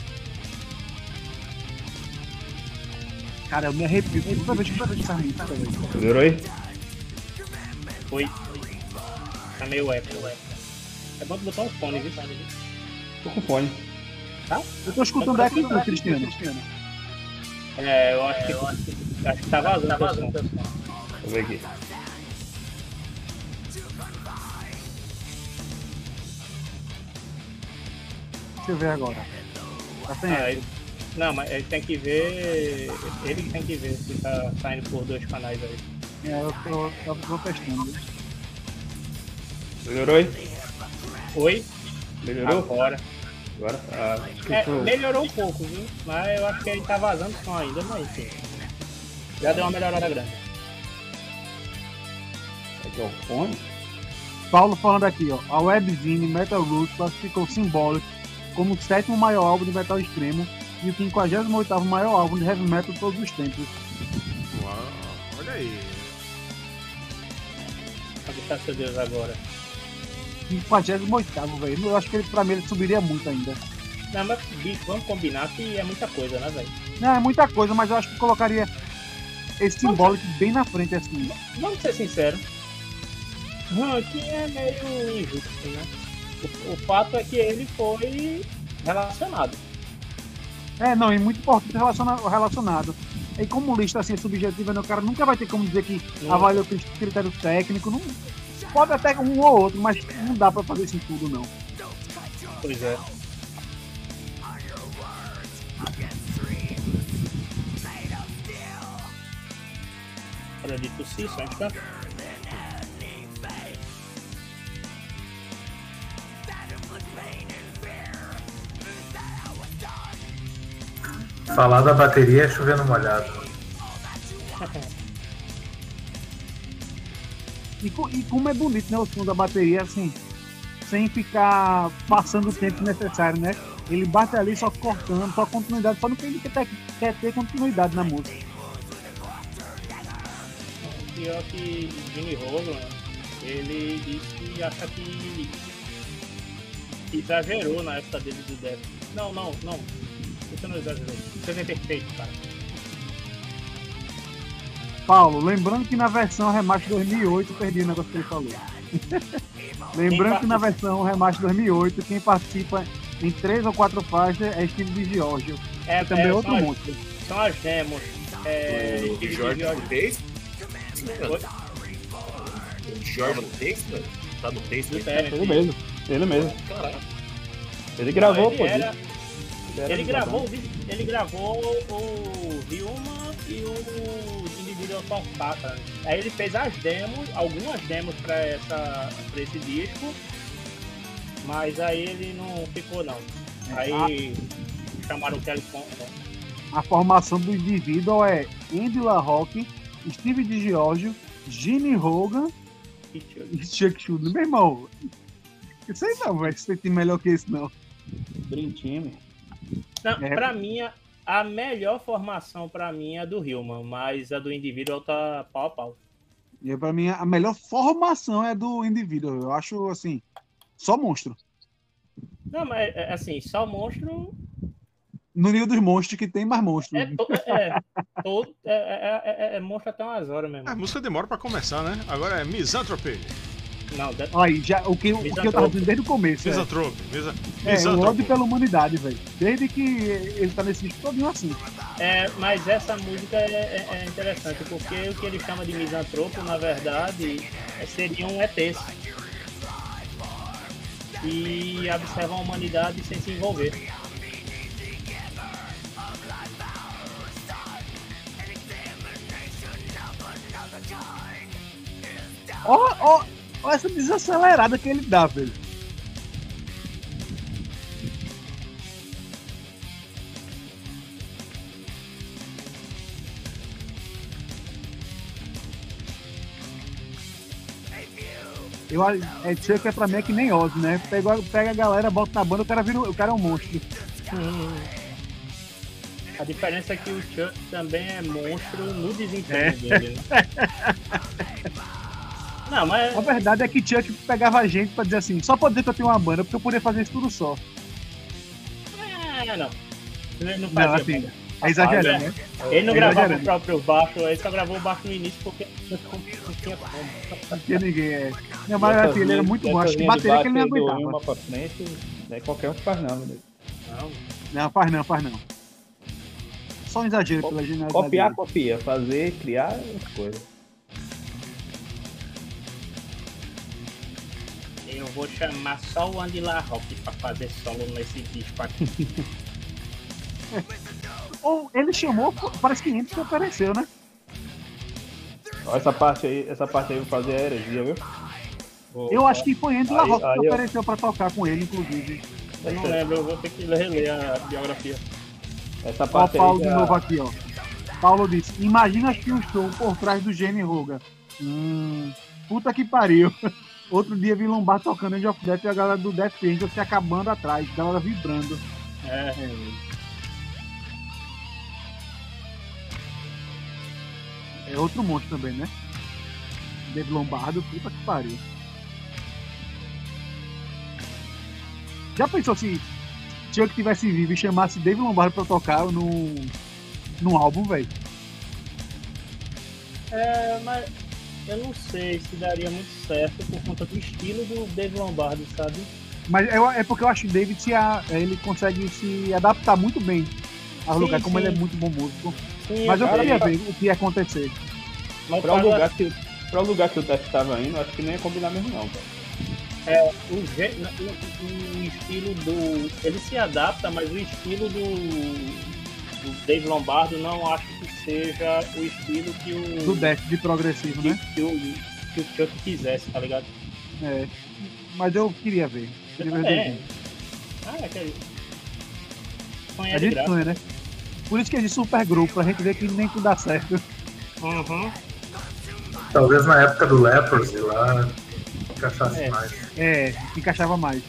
Cara, eu me arrepio toda vez que eu escuto essa música, velho. Melhorou aí? Foi. Tá meio eco. É bom tu botar um fone, viu? Tô com fone. Tá? Eu tô escutando aqui do Cristiano. É, eu acho que, acho que tá vazando o som. Vou ver aqui. Deixa eu ver agora. Tá sem Ah, eco. ele- não, mas ele tem que ver. Ele que tem que ver se tá saindo por dois canais aí. É, eu tô, eu tô testando. Melhorou aí? Oi? Melhorou? Agora. Agora? Ah, acho que É, tô- melhorou um pouco, viu? Mas eu acho que ele tá vazando som ainda, mas enfim. Já deu uma melhorada grande. Aqui é o fone. Paulo falando aqui, ó. A Webzine Metal Roots classificou Symbolic como o sétimo maior álbum de metal extremo e o quinquagésimo oitavo maior álbum de heavy metal de todos os tempos. Uau, olha aí. Onde está seu Deus agora? quinquagésimo oitavo, velho. Eu acho que ele, pra mim ele subiria muito ainda. Não, mas bicho, vamos combinar que é muita coisa, né, velho? Não, é muita coisa, mas eu acho que colocaria esse Symbolic bem na frente, assim. Vamos ser sinceros. Ranking é meio injusto, né? O, o fato é que ele foi relacionado. É, não, é muito importante relaciona- relacionado. E como lista assim, subjetiva, né, o cara nunca vai ter como dizer que Não. avaliou cri- critério técnico. Não, pode até um ou outro, mas não dá pra fazer isso em tudo, não. Pois é. Para de tossir, só um instante. Falar da bateria é chovendo molhado. E, co- e como é bonito, né, o som da bateria, assim, sem ficar passando o tempo necessário, né? Ele bate ali só cortando, só continuidade, só no que ele quer, quer ter continuidade na música. Pior que Jimmy Hogan, ele disse que acha que exagerou na época dele do Death. Não, não, não. Você não exagerou. Você é perfeito, cara. Paulo, lembrando que na versão remaster dois mil e oito, perdi o negócio que ele falou. Lembrando que na versão remaster dois mil e oito, quem participa em três ou quatro faixas é Steve de Giorgio. É, Que também é outro são, as, monstro. são as demos. É, O Steve Jorge George- fez? né, velho? O Jordan Taste, tá no Taste, Do né? Terence. Ele mesmo, ele mesmo. Caralho. Ele gravou, Ele pô. era- ele era Ele do gravou, Batman. o- ele gravou o Ryuma e o Individual Tortata. Aí ele fez as demos, algumas demos pra, essa, pra esse disco, mas aí ele não ficou não. Aí chamaram o Kelly Compton. A formação do indivíduo é Andy LaRocque, Steve DiGiorgio, Gene Hogan E Chuck. e Chuck Schuldiner. Meu irmão, eu sei não, velho, você tem melhor que isso, não. Dream Team. Não, É. pra mim, a- a melhor formação pra mim é a do Hillman, mas a do Individual tá pau a pau. E pra mim, a melhor formação é do indivíduo. Eu acho, assim, só monstro. Não, mas é, assim, só monstro No nível dos monstros que tem mais monstros. é, to- é, todo, é, é, é, é monstro até umas horas mesmo. A música demora pra começar, né? Agora é Misanthropy. Não, de- Aí, já, o, que, o que eu tava dizendo desde o começo. É, Misanthrope. Misa... é o Misanthrope. ódio pela humanidade, velho. Desde que ele tá nesse disco todinho assim. é, mas essa música é, é- é interessante, porque o que ele chama de misantropo, na verdade, é, seriam E Tês. E observam a humanidade sem se envolver. Ó, ó, ó essa desacelerada que ele dá, velho. Eu, é, Chuck é pra mim é que nem Ozzy, né? Pega, pega a galera, bota na banda, o cara, vira, o cara é um monstro. A diferença é que o Chuck também é monstro no desempenho dele, né? Não, mas A verdade é que Chuck pegava a gente pra dizer assim, só pode dizer que eu tenho uma banda, porque eu poderia fazer isso tudo só. é, não. Ele não Não, fazia assim, banda. é exagerando, é. né? Ele não É gravava exagerando. o próprio baixo, ele só gravou o baixo no início porque não tinha como. Porque ninguém é. Não, mas assim, ele era muito bom, acho que bater bateria que ele não Do aguentava. uma pra frente, né? Qualquer um faz não, né? Não. Não, faz não, faz não. Só um exagero pela genialidade Copiar, dele. copia. Fazer, criar é outra coisa. Eu vou chamar só o Andy LaRocque pra fazer solo nesse disco aqui. Ou ele chamou, parece que Andy que ofereceu, né? Ó, essa parte aí, essa parte aí eu vou fazer a heresia, viu? Eu acho que foi Andy Aí- LaRocque aí que eu- ofereceu pra tocar com ele, inclusive. Eu não lembro, eu vou ter que reler a biografia. Essa Ó, parte Paulo aí de já... novo aqui, ó. Paulo disse: imagina que um show por trás do Gene Hogan. Hum, puta que pariu. Outro dia vi Lombar tocando Angel of Death e a galera do Death Angel se acabando atrás, galera vibrando. É, É outro monstro também, né? Dave Lombardo, puta que pariu. Já pensou se Chuck tivesse vivo e chamasse Dave Lombardo pra tocar num, num álbum, velho? é, mas eu não sei se daria muito certo por conta do estilo do Dave Lombardo, sabe? Mas eu- é porque eu acho que o David se a- ele consegue se adaptar muito bem ao Sim, lugar, como sim. ele é muito bom músico. Sim, Mas eu cara, queria ver o que ia acontecer. mas Pra o para- lugar que, pra o lugar que o Tef tava indo, acho que nem ia combinar mesmo não, cara. É, o, je- o, o- o estilo do. Ele se adapta, mas o estilo do, do Dave Lombardo não acho que seja o estilo que o. Do Death de progressivo, que, né? que o, que o Chuck quisesse, tá ligado? É. Mas eu queria ver. Queria ver É. desenho. Ah, é que. Sonha A de gente graça. sonha, né? Por isso que existe super grupo, pra gente ver que nem tudo dá certo. Uhum. Talvez na época do Leprosy lá encaixasse É. mais. É, encaixava mais.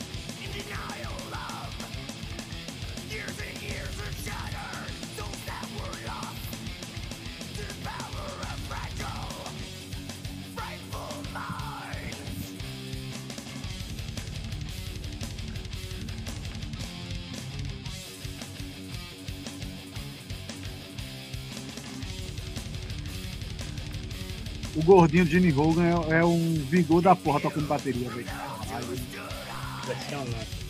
O gordinho de Gene Hogan é, é um vigor da porra tocando bateria, velho. Caralho. Impressionante.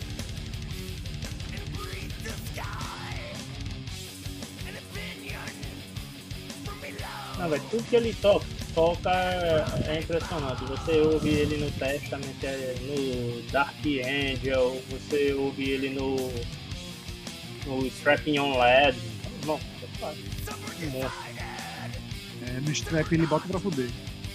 Não, velho, tudo que ele toca, toca é impressionante. Você ouve ele no Testament, no Dark Angel, você ouve ele no, no Strapping on Led. Bom, um monstro. É, no strap ele bota pra fuder.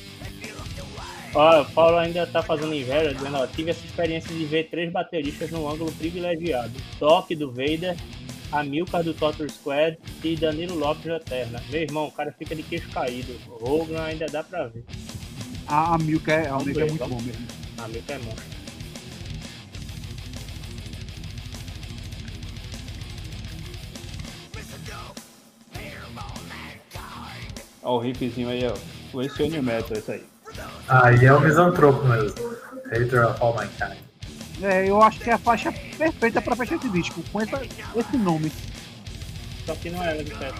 Ó, o Paulo ainda tá fazendo inveja, dizendo, ó, tive essa experiência de ver três bateristas num ângulo privilegiado. Doc do Vader, Amilcar do Torture Squad e Danilo Lopes da Eterna. Meu irmão, o cara fica de queixo caído. O Hogan ainda dá pra ver. A, a Milka é, a Vamos Milka é ver, muito vamos. bom mesmo. A Amilcar é monstro. Ó, o riffzinho aí, ó. Esse é o New Metal, esse aí. Aí é o misantropo mesmo. Hater of all mankind. É, eu acho que é a faixa perfeita pra fechar esse disco, com essa, esse nome. Só que não é ela de festa.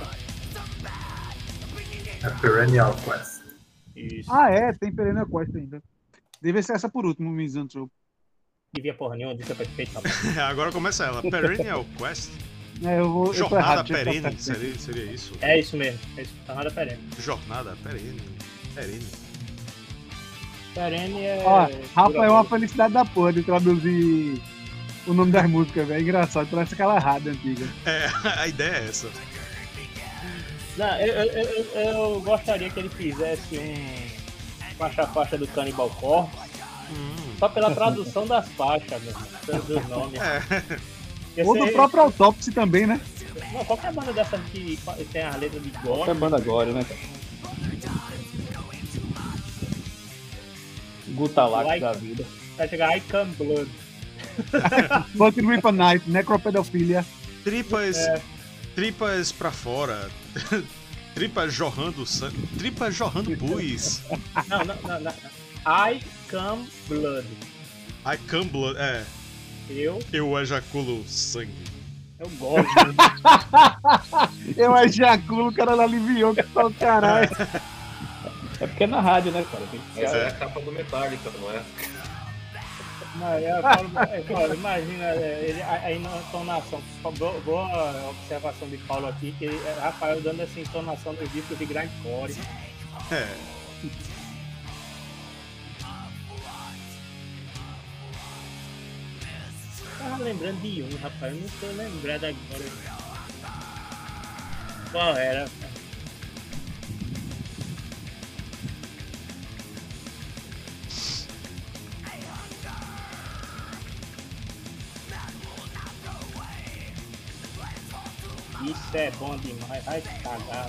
A Perennial Quest. Isso. Ah, é, tem Perennial Quest ainda. Deve ser essa por último, Misanthrope. Devia porra nenhuma, disse foi feito, rapaz. Agora começa ela. Perennial Quest? É, eu vou. eu tô Jornada errado, deixa eu perene, passar. seria, seria isso? É isso mesmo, é isso. Tá nada perene. Jornada perene. Perene. Perene é. Ó, Rafa, é uma duradouro. felicidade da porra de traduzir o nome das músicas, velho. É engraçado, parece aquela rádio antiga. É, a ideia é essa. Não, eu, eu, eu, eu gostaria que ele fizesse um faixa a faixa do Cannibal Corpse, Hum. só pela tradução das faixas, mesmo, dos nomes. É. Ia Ou do ser- próprio Autopsy também, né? Não, qualquer banda dessa que fa- tem a letra de Qualquer gore, banda agora, né, cara? Gutalax Like- da vida. vai chegar I Come Blood. Fucking with a Night, Necropedofilia. Tripas. É. Tripas pra fora. Tripas jorrando sangue. Tripas jorrando pus. Não, não, não, não. não. I Come Blood. I come blood. É. Eu, Eu ejaculo sangue. eu gosto. Eu ejaculo, o cara aliviou, que só o caralho. É porque é na rádio, né, cara? Tem que Essa ficar... é a capa do Metallica, não é? Mas eu falo, é, Paulo, imagina é, ele, a, a entonação, boa, boa observação de Paulo aqui, que é, Rafael dando essa entonação dos discos de grindcore. É. Tava lembrando de um, rapaz, eu não tô lembrado agora. Qual era? Isso é bom demais, vai se cagar.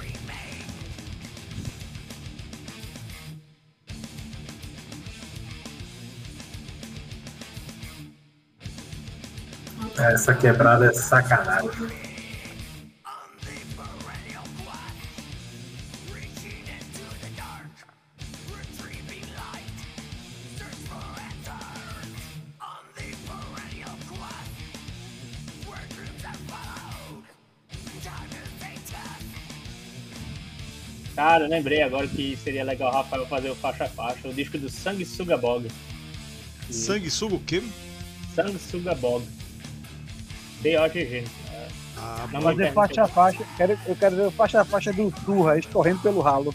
Essa quebrada é sacanagem. Cara, eu lembrei agora que seria legal o Rafael fazer o faixa a faixa, o disco do Sanguessuga Bog. Sanguessuga o quê? Sanguessuga Bog. B O G G. Ah, Não, bom. Fazer faixa a faixa. Quero, eu quero ver o faixa a faixa do Surra escorrendo pelo ralo.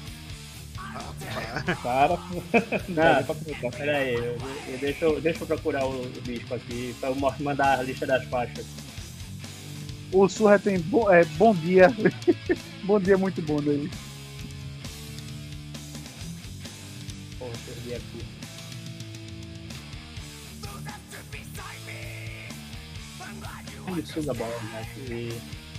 Cara, Não, pera aí, eu, eu, deixa, eu, deixa eu procurar o, o disco aqui pra eu mo- mandar a lista das faixas. O Surra tem bo, é, bom dia. Bom dia muito bom dele. Porra, perdi aqui. Sanguessuga Bog, né? E...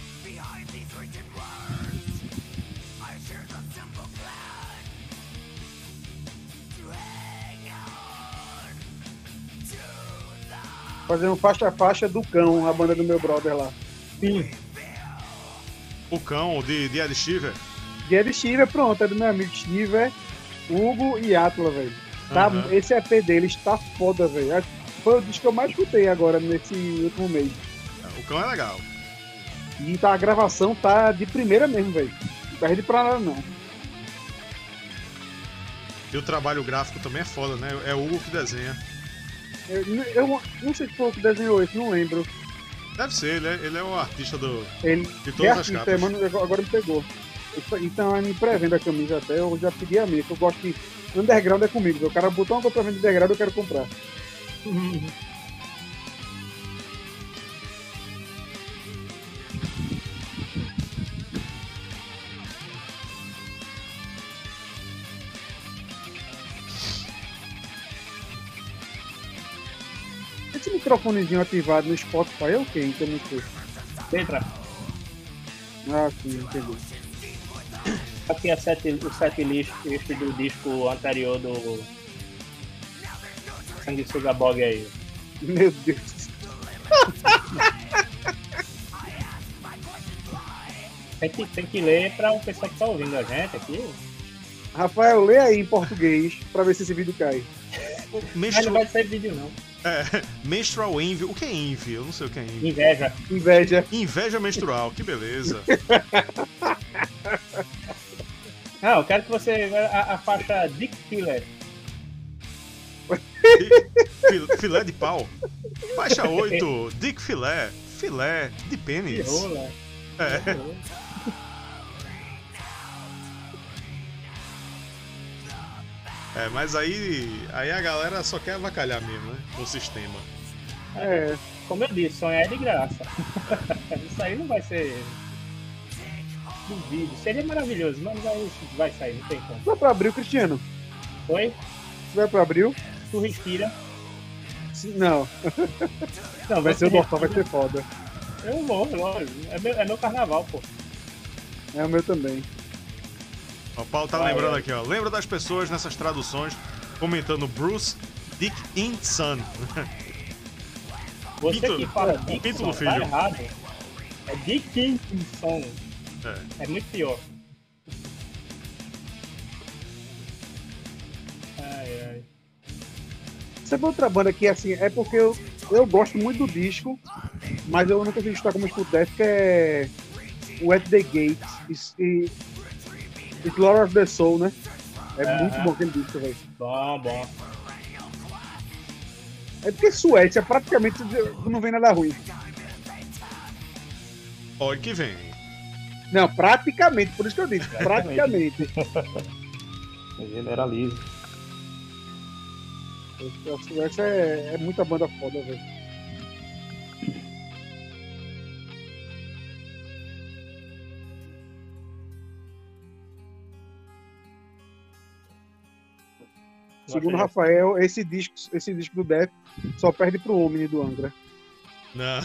Fazendo faixa a faixa do Cão, a banda do meu brother lá. Sim. O cão de, de Ed Sheever. Jerry Shiver, pronto, é do meu amigo Shiver, Hugo e Atla, velho. Tá, Aham. esse E P deles tá foda, velho. Foi o disco que eu mais escutei agora nesse último mês. O cão é legal. E tá, a gravação tá de primeira mesmo, velho. Não perde pra nada, não. E o trabalho gráfico também é foda, né? É o Hugo que desenha. Eu, eu não sei se foi o que desenhou esse, não lembro. Deve ser, ele é, ele é o artista do, Ele de é todas as artista, capas. mano, agora me pegou. Então, é me pré-venda a camisa até, eu já pedi a minha, que eu gosto de... Underground é comigo, se o cara botou uma compra venda underground, eu quero comprar. Esse microfonezinho ativado no Spotify é o quê? Então não sei. Entra. Ah, sim, entendi. Aqui é set, o set list este do disco anterior do Sanguessuga Bog aí. Meu Deus. Tem que, tem que ler para o pessoal que tá ouvindo a gente aqui. Rafael, lê aí em português pra ver se esse vídeo cai. Mas não vai ser vídeo não. É, menstrual envy. O que é envy? Eu não sei o que é envy. Inveja. Inveja. Inveja menstrual, que beleza. Não, eu quero que você a, a faixa Dick Filler. Filé, filé de pau. Faixa oito, Dick Filé. Filé de pênis. Rola. É. É, mas aí, aí a galera só quer avacalhar mesmo, né? O sistema. É. Como eu disse, sonhar é de graça. Isso aí não vai ser. Duvido. Seria maravilhoso, mas aí vai sair, não tem como. Você vai pra abril, Cristiano? Oi? Você vai pra abril? Tu respira. Não. Não, vai ser o Dorfão, vai ser foda. Eu vou, lógico. É meu, é meu carnaval, pô. É o meu também. O Paulo tá Vai, lembrando vai. aqui, ó. Lembra das pessoas nessas traduções comentando Bruce Dickinson. Você Pinto- que fala Pinto Dickinson, no tá filho. errado. É Dickinson. É. É muito pior. Ai, ai. Você vê outra banda que, assim, é porque eu, eu gosto muito do disco, mas eu não consigo escutar como eu escuto Death, que é o At The Gates e It's Lord of the Soul, né? É Aham. muito bom aquele disco, velho. Bom, bom. É porque Suécia praticamente não vem nada ruim. Olha que vem. Não, praticamente, por isso que eu disse, praticamente. Generaliza. A Suécia é, é muita banda foda, velho. Segundo o Rafael, esse disco, esse disco do Death só perde pro Omni do Angra. Não.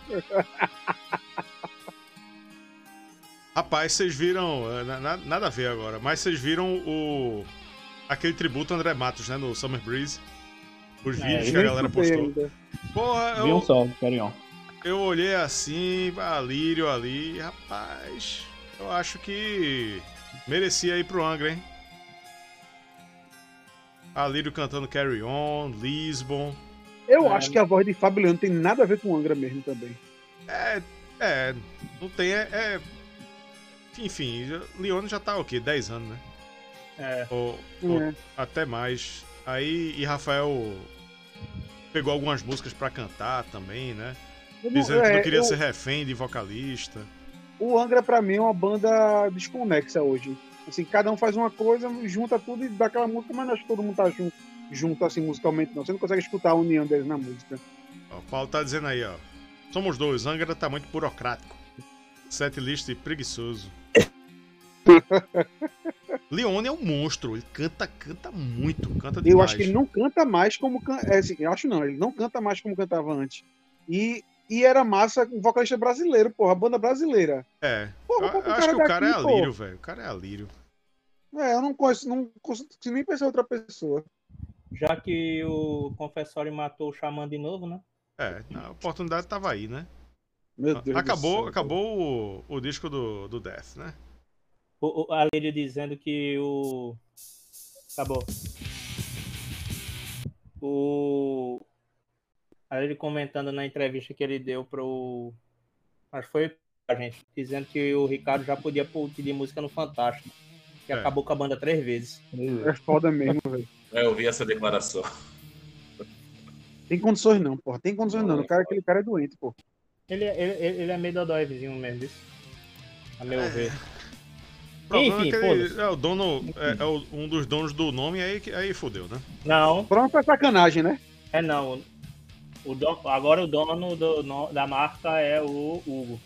Rapaz, vocês viram. na- na- Nada a ver agora, mas vocês viram o. Aquele tributo ao André Matos, né? No Summer Breeze. Os É, vídeos Eu que a nem galera escutei postou. ainda. Porra, Vi um eu, só, Carry On. eu olhei assim, a Lírio ali, rapaz. Eu acho que merecia ir pro Angra, hein? A Lírio cantando Carry On, Lisbon. Eu É. acho que a voz de Fabiano tem nada a ver com Angra mesmo também. É, é, não tem, é, é- enfim, Leone já tá o quê? dez anos, né? É. Ou, ou É. até mais. Aí, e Rafael pegou algumas músicas pra cantar também, né? Eu não- Dizendo que é, não queria eu- ser refém de vocalista. O Angra, pra mim, é uma banda desconexa hoje. Assim, cada um faz uma coisa, junta tudo e dá aquela música, mas não acho que todo mundo tá junto, junto assim, musicalmente, não. Você não consegue escutar a união deles na música. Ó, o Paulo tá dizendo aí, ó. Somos dois, Angra tá muito burocrático. Setlist preguiçoso. Leone é um monstro, ele canta, canta muito, canta demais. Eu acho que ele não canta mais como... can- É, assim, eu acho não, ele não canta mais como cantava antes. E, e era massa, um vocalista brasileiro, porra, banda brasileira. É, Porra, eu, bota eu o acho que o cara é daqui, pô. Alírio, velho. O cara é Alírio. É, eu não conheço, não consigo nem pensar em outra pessoa. Já que o Confessório matou o Xamã de novo, né? É, a oportunidade tava aí, né? Meu Deus Acabou, do céu. acabou o, o disco do, do Death, né? O, o, a Lírio dizendo que o. Acabou. O. A Lírio comentando na entrevista que ele deu pro. Acho que foi a gente, dizendo que o Ricardo já podia pedir música no Fantástico. Que É. acabou com a banda três vezes. É foda mesmo, velho. É, eu vi essa declaração. Tem condições não, porra. Tem condições não. O cara, aquele cara é doente, pô. Ele, ele, ele é meio dodóizinho mesmo, isso. A meu É. ver. O problema Enfim, é que ele foda-se. é o dono, é, é o- um dos donos do nome, aí, que- aí fodeu, né? Não, Pronto é sacanagem, né? é não. O dono, agora o dono do- no- da marca é o Hugo.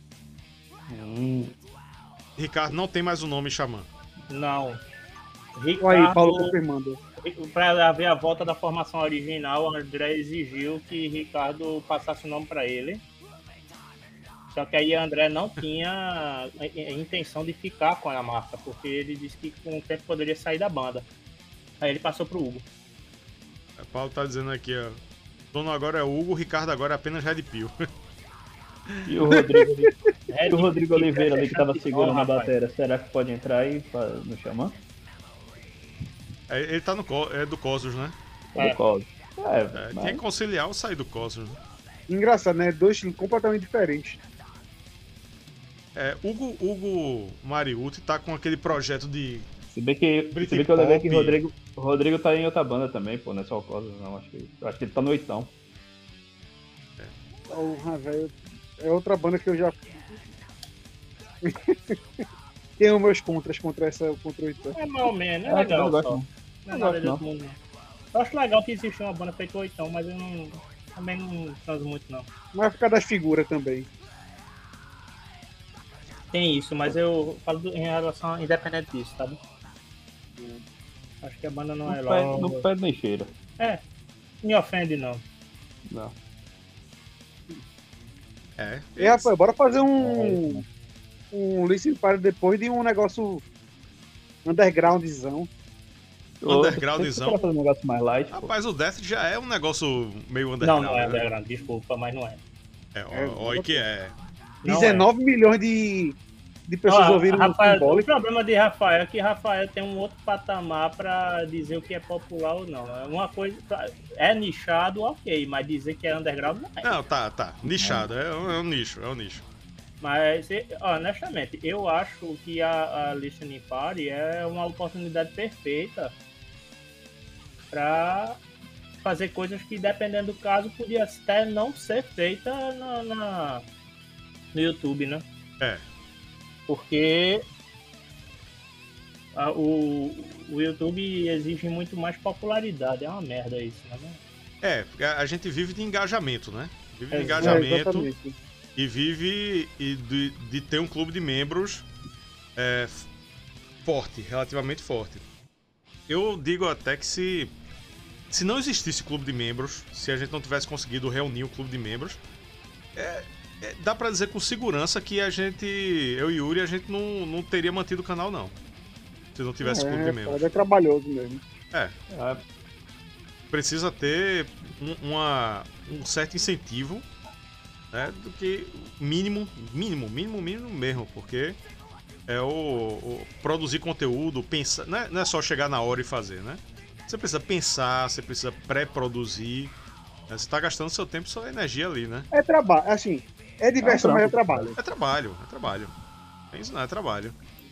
Ricardo não tem mais o nome Xamã. Não. Olha aí, Paulo Ricardo, confirmando. para haver a volta da formação original, o André exigiu que Ricardo passasse o nome para ele. Só que aí André não tinha a a intenção de ficar com a marca, porque ele disse que com o tempo poderia sair da banda. Aí ele passou pro Hugo. O Paulo tá dizendo aqui, ó. O dono agora é o Hugo, o Ricardo agora é apenas Red Pill. E o Rodrigo, ali- É, e o Rodrigo de- Oliveira ali que tava de- segurando a rapaz. bateria, será que pode entrar aí pra, no Xamã? É, ele tá no Co- é do Cosmos, né? É. Do Cosmo. É, É, mas- Tinha que conciliar ou sair do Cosmos. Né? Engraçado, né? Dois estilos completamente diferentes. É, Hugo, Hugo Mariucci tá com aquele projeto de. Se bem que, Britpop. se bem que eu lembrei que o Rodrigo, o Rodrigo tá em outra banda também, pô, não é só o Cosmo, não. Acho que, acho que ele tá no Oitão. Porra, velho. É outra banda que eu já. Tenho meus contras contra essa contra o Oitão. É mal ou menos, é Ah, eu legal não gosto, só. não. Não é Não nada gosto, de outro mundo, não. Eu acho legal que existe uma banda feita oitão, mas eu não, também não transo muito, não. Mas vai ficar das figuras também. Tem isso, mas eu falo do- em relação a independente disso, sabe? Acho que a banda não, Não é pede, lá. não pede nem cheira. É, me ofende não. Não. É. E rapaz, bora fazer um. Um Listen Party depois de um negócio undergroundzão. Undergroundzão. Eu quero fazer um negócio mais light, pô. Rapaz, o Death já é um negócio meio Não, underground. não é né? underground, desculpa, mas não é. É, ó, ó, aí que é. Não dezenove milhões de, de pessoas Ó, ouvindo o Rafael, o Symbolic. problema de Rafael é que Rafael tem um outro patamar pra dizer o que é popular ou não. É uma coisa. É nichado, ok, mas dizer que é underground não é. Não, tá, tá. Nichado. É, um- é um nicho, é um nicho. Mas, e- honestamente, eu acho que a, a Listening Party é uma oportunidade perfeita para fazer coisas que, dependendo do caso, podia até não ser feita na, na- no YouTube, né? É. Porque a- o, o YouTube exige muito mais popularidade. É uma merda isso, né? É, porque a a gente vive de engajamento, né? Vive de É, engajamento exatamente. e vive e de, de ter um clube de membros é, f- forte, relativamente forte. Eu digo até que se, se não existisse clube de membros, se a gente não tivesse conseguido reunir o clube de membros, é, é, dá pra dizer com segurança que a gente, eu e Yuri, a gente não, não teria mantido o canal, não. Se não tivesse clube de É, membros. foda, é trabalhoso mesmo. É. Ah, Precisa ter um, uma, um certo incentivo, né, do que mínimo, mínimo, mínimo, mínimo mesmo, porque é o, o produzir conteúdo, pensar, não é, não é só chegar na hora e fazer, né? Você precisa pensar, você precisa pré-produzir, né? Você está gastando seu tempo e sua energia ali, né? É trabalho, assim, é diversão, É um mas é trampo. trabalho. É trabalho, é trabalho. É isso não, é trabalho.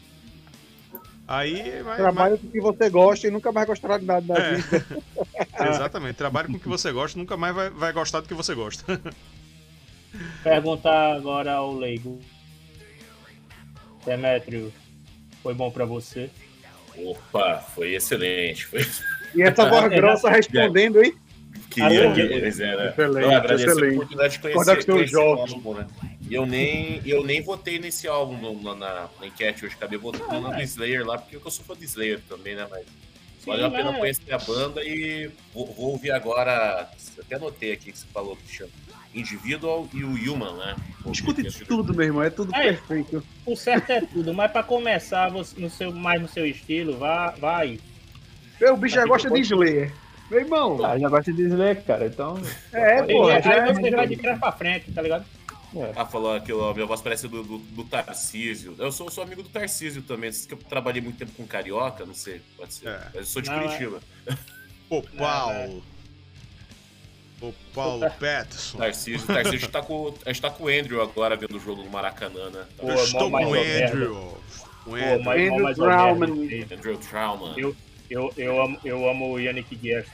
Aí, mas, Trabalho com o que você gosta e nunca mais gostará de nada da É. vida. mas- exatamente, trabalho com o que você gosta, nunca mais vai, vai gostar do que você gosta. Perguntar agora ao leigo. Demétrio, foi bom pra você? Opa, foi excelente. Foi... E essa voz grossa respondendo, hein? Queria Ah, que eu- eles eram. Excelente, Não, agradeço a excelente. oportunidade de Acordar conhecer, com seus conhecer o jogos. álbum, né? E eu nem, eu nem votei nesse álbum no- na, na, na enquete hoje, acabei votando no Slayer lá, porque eu sou fã de Slayer também, né? Mas valeu a pena né? conhecer a banda e vou, vou ouvir agora. Até anotei aqui que você falou, Cristiano. Individual e o Human, né? Vou Escute ouvir aqui. tudo, meu irmão, é tudo É. perfeito. O certo é tudo, mas pra começar você, no seu, mais no seu estilo, vá, vai. Meu bicho já gosta de Slayer. Meu irmão, Ah, já gosta de Slayer, cara, então. é, E pô. aí já- você vai de trás pra frente, tá ligado? É. Ah, falou aquilo, ó, minha voz parece do, do, do Tarcísio. Eu sou, sou amigo do Tarcísio também. Diz que eu trabalhei muito tempo com carioca, não sei, pode ser. É. Mas eu sou de Não, é. Curitiba. Ô, Paulo. Ô, Paulo Peterson. Tarcísio, Tarcísio, a gente tá com, a gente tá com o Andrew agora vendo o jogo no Maracanã, né? Pô, Eu estou com mais o ou menos. Andrew. O Pô, Andrew. mas, Andrew mais ou menos, Trauman. gente. Andrew Trauman. Eu, eu, eu, amo, eu amo o Yannick Guerra.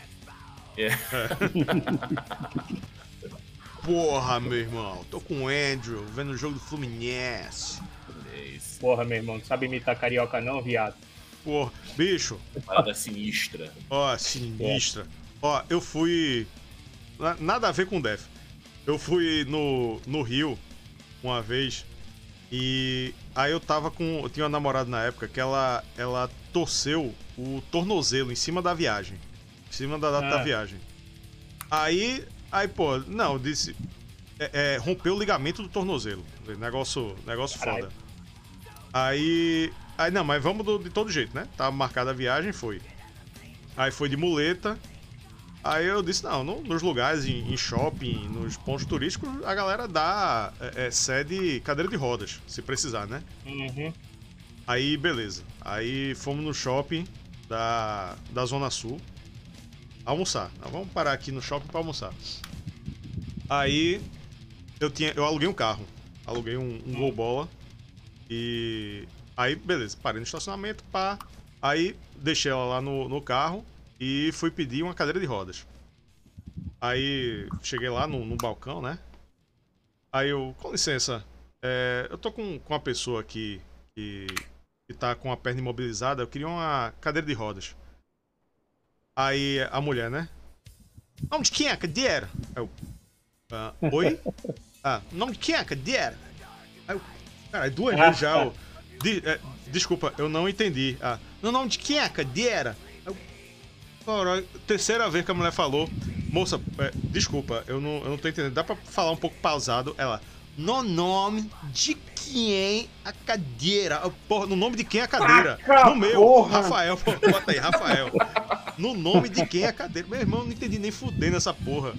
Porra, meu irmão. Tô com o Andrew, vendo o jogo do Fluminense. É isso. Porra, meu irmão, não sabe imitar carioca não, viado? Porra, bicho, Parada sinistra. ó, sinistra. Ó, eu fui... na- Nada a ver com Def. Eu fui no, no Rio uma vez e aí eu tava com... Eu tinha uma namorada na época que ela, ela torceu o tornozelo em cima da viagem. Em cima da data Ah. da viagem. Aí, aí, pô, não, eu disse... É, é, rompeu o ligamento do tornozelo. Negócio, negócio Caralho. foda. Aí... Aí, não, mas vamos do- de todo jeito, né? Tava marcada a viagem, foi. Aí foi de muleta. Aí eu disse, não, no- nos lugares, em, em shopping, nos pontos turísticos, a galera dá é, é, cede cadeira de rodas, se precisar, né? Uhum. Aí, beleza. Aí fomos no shopping da, da Zona Sul almoçar. Não, vamos parar aqui no shopping pra almoçar. Aí eu tinha, eu aluguei um carro. Aluguei um, um Gol Bola. E aí, beleza, parei no estacionamento, pá. Aí deixei ela lá no, no carro e fui pedir uma cadeira de rodas. Aí cheguei lá no, no balcão, né? Aí eu, com licença, é, eu tô com, com uma pessoa aqui que, que tá com a perna imobilizada, eu queria uma cadeira de rodas. Aí a mulher, né? Nome de quem é a cadeira? Aí eu, ah, oi? Ah, nome de quem é a cadeira? Aí eu, cara, duas vezes já eu, de- é, desculpa, eu não entendi. Ah, no nome de quem é a cadeira? Aí eu, cara, terceira vez que a mulher falou, moça, é, desculpa, eu não, eu não tô entendendo. Dá pra falar um pouco pausado? Ela, no nome de quem a cadeira? Eu, porra, no nome de quem a cadeira? No meu, porra. Rafael, pô, bota aí, Rafael. No nome de quem a cadeira? Meu irmão, eu não entendi nem fudendo essa porra.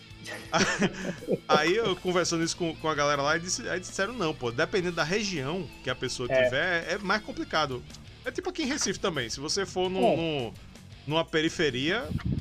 Aí eu conversando isso com, com a galera lá, e disse, aí disseram não, pô, dependendo da região que a pessoa É. tiver, é mais complicado. É tipo aqui em Recife também, se você for num, É. num- numa periferia,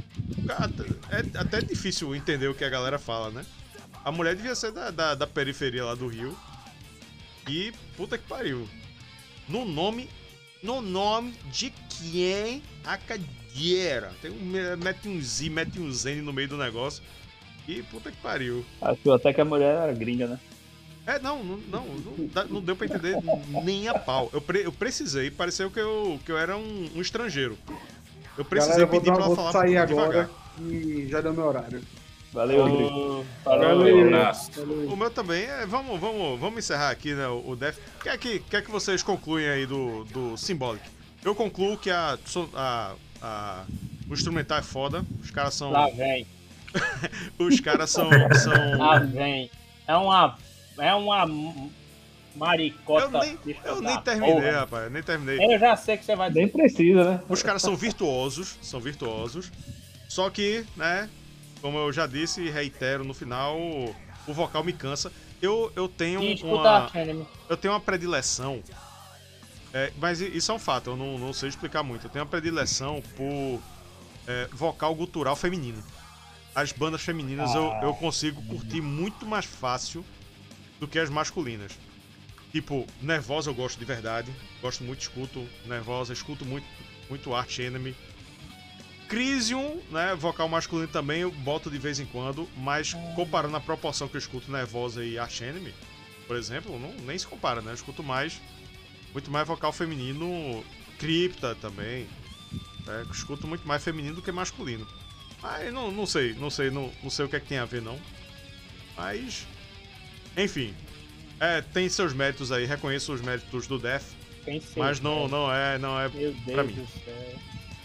é até difícil entender o que a galera fala, né? A mulher devia ser da, da, da periferia lá do Rio. E puta que pariu. No nome, no nome de quem a cadeira? Tem um, mete um Z, mete um Zen no meio do negócio. E puta que pariu. Acho até que a mulher era gringa, né? É, não, não, não, não, dá- não deu pra entender nem a pau. Eu, pre- eu precisei, pareceu que eu, que eu era um, um estrangeiro. Eu precisei Galera, eu vou, pedir dar, pra ela vou falar sair um agora pouco devagar. e já deu meu horário. Valeu, Rodrigo. Falou. Um abraço. O meu também é. Vamos, vamos, vamos encerrar aqui, né? O, o Def. O que é que, que é que vocês concluem aí do, do Symbolic? Eu concluo que a, so- a, a- o instrumental é foda. Os caras são. Lá vem, Os caras são. são... lá vem. É uma. É uma maricota. Eu nem, bicho eu da nem terminei, porra. rapaz. Eu nem terminei. Eu já sei que você vai Nem dizer. precisa, né? Os caras são virtuosos, são virtuosos. Só que, né, como eu já disse e reitero no final, o, o vocal me cansa. Eu, eu tenho E escuta uma a Enemy. eu tenho uma predileção. É, mas i- isso é um fato, eu não, não sei explicar muito. Eu tenho uma predileção por é, vocal gutural feminino. As bandas femininas eu, eu consigo curtir muito mais fácil do que as masculinas. Tipo, Nervosa eu gosto de verdade. Gosto muito, escuto Nervosa, escuto muito, muito Arch Enemy. Crisium, né, vocal masculino também eu boto de vez em quando, mas comparando a proporção que eu escuto Nervosa e Arch Enemy, por exemplo, não, nem se compara, né? Eu escuto mais, muito mais vocal feminino, Cripta também. Né? Eu escuto muito mais feminino do que masculino. Mas não, não sei, não sei, não, não sei o que é que tem a ver não. Mas, enfim, é, tem seus méritos aí, reconheço os méritos do Def, Tem seus, mas não, né? não é, não é Meu pra Deus mim. do céu.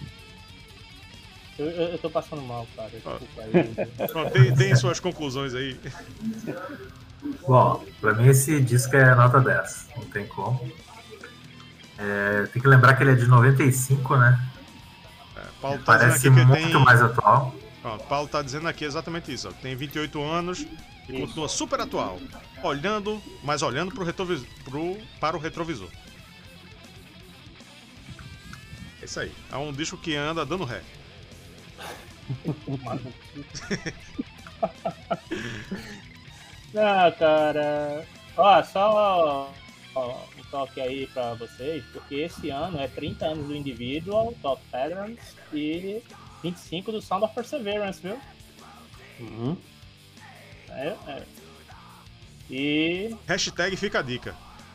Eu, eu, eu tô passando mal, cara. Desculpa aí. Pronto, tem, tem suas conclusões aí. Bom, pra mim esse disco é nota dez, não tem como. É, tem que lembrar que ele é de noventa e cinco, né? É, Paulo tá Parece dizendo aqui que muito tem. mais atual. Pronto, Paulo tá dizendo aqui exatamente isso. Ó, tem vinte e oito anos e Isso. continua super atual. Olhando, mas olhando pro retrovis... pro... para o retrovisor. É isso aí. É um disco que anda dando ré. Ah, cara. Ó, só ó, um toque aí pra vocês, porque esse ano é trinta anos do Individual, Top Patterns e vinte e cinco do Sound of Perseverance, viu? Uhum. É, é. E. Hashtag fica a dica.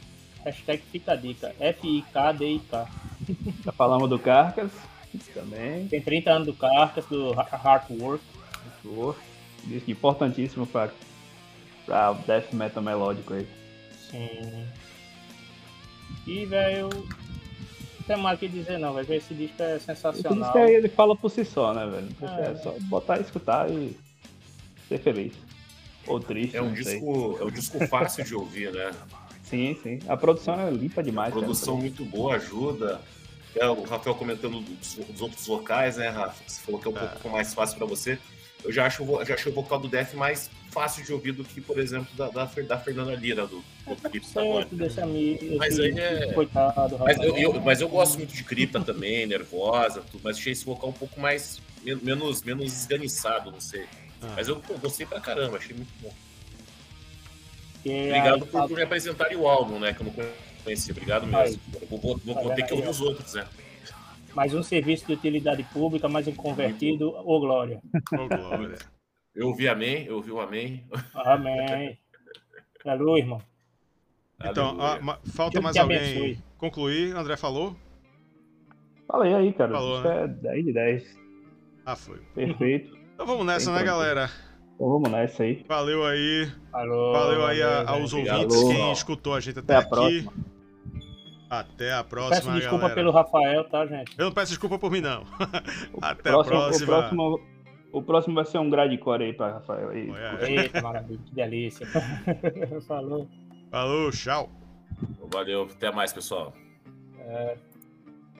Hashtag fica a dica. F I K D I K. Já falamos do Carcass também. Tem trinta anos do Carcass, do Heartwork. Disco importantíssimo pra, pra death metal melódico aí. Sim. E, velho, não tem mais o que dizer não, velho. Esse disco é Esse sensacional. disco aí ele fala por si só, né, velho? É. É só botar e escutar e ser feliz. Ou triste, É um não sei. disco, é um disco fácil de ouvir, né? Sim, sim. A produção é limpa demais. A produção cara. muito boa, ajuda. É, o Rafael comentando dos, dos outros vocais, né, Rafa? Você falou que é um É. pouco mais fácil pra você. Eu já acho, o vo- já achei o vocal do Def mais fácil de ouvir do que, por exemplo, da, da, Fer- da Fernanda Lira, do, do Cripta agora. Certo, deixa amigo. Mas aí é- Coitado, Mas eu, Rafael. eu- mas eu gosto muito de Cripta também, Nervosa, tudo, mas achei esse vocal um pouco mais, men- menos, menos esganiçado, não sei. Ah. Mas eu pô, gostei pra caramba, achei muito bom. Que Obrigado aí, por, por me apresentarem o álbum, né, que eu não conhecia. Obrigado mesmo. Eu vou, vou- vou ter que ouvir os outros, né? mais um serviço de utilidade pública, mais um convertido, ô glória. Ô, glória. Eu ouvi amém, eu ouvi o amém. Amém. Alô, irmão. Então, Aleluia. ah, ma- falta Deus mais te alguém abençoe. concluir? André falou? Falei aí, cara. Falou, Isso é dez de dez. Ah, foi. Perfeito. Então vamos nessa, Bem né, tranquilo. galera? Então vamos nessa aí. Valeu aí. Alô, Valeu aí a- valeu, aos velho. Obrigado, ouvintes, quem pessoal. escutou a gente até, Até a aqui. próxima. Até a Peço próxima, desculpa galera. pelo Rafael, tá, gente? Eu não peço desculpa por mim, não. Até Próximo- a próxima. O próximo, o próximo vai ser um gradecore aí pra Rafael. Aí. Olha aí. Eita, maravilha, que delícia. Falou. Falou, tchau. Valeu, até mais, pessoal. É,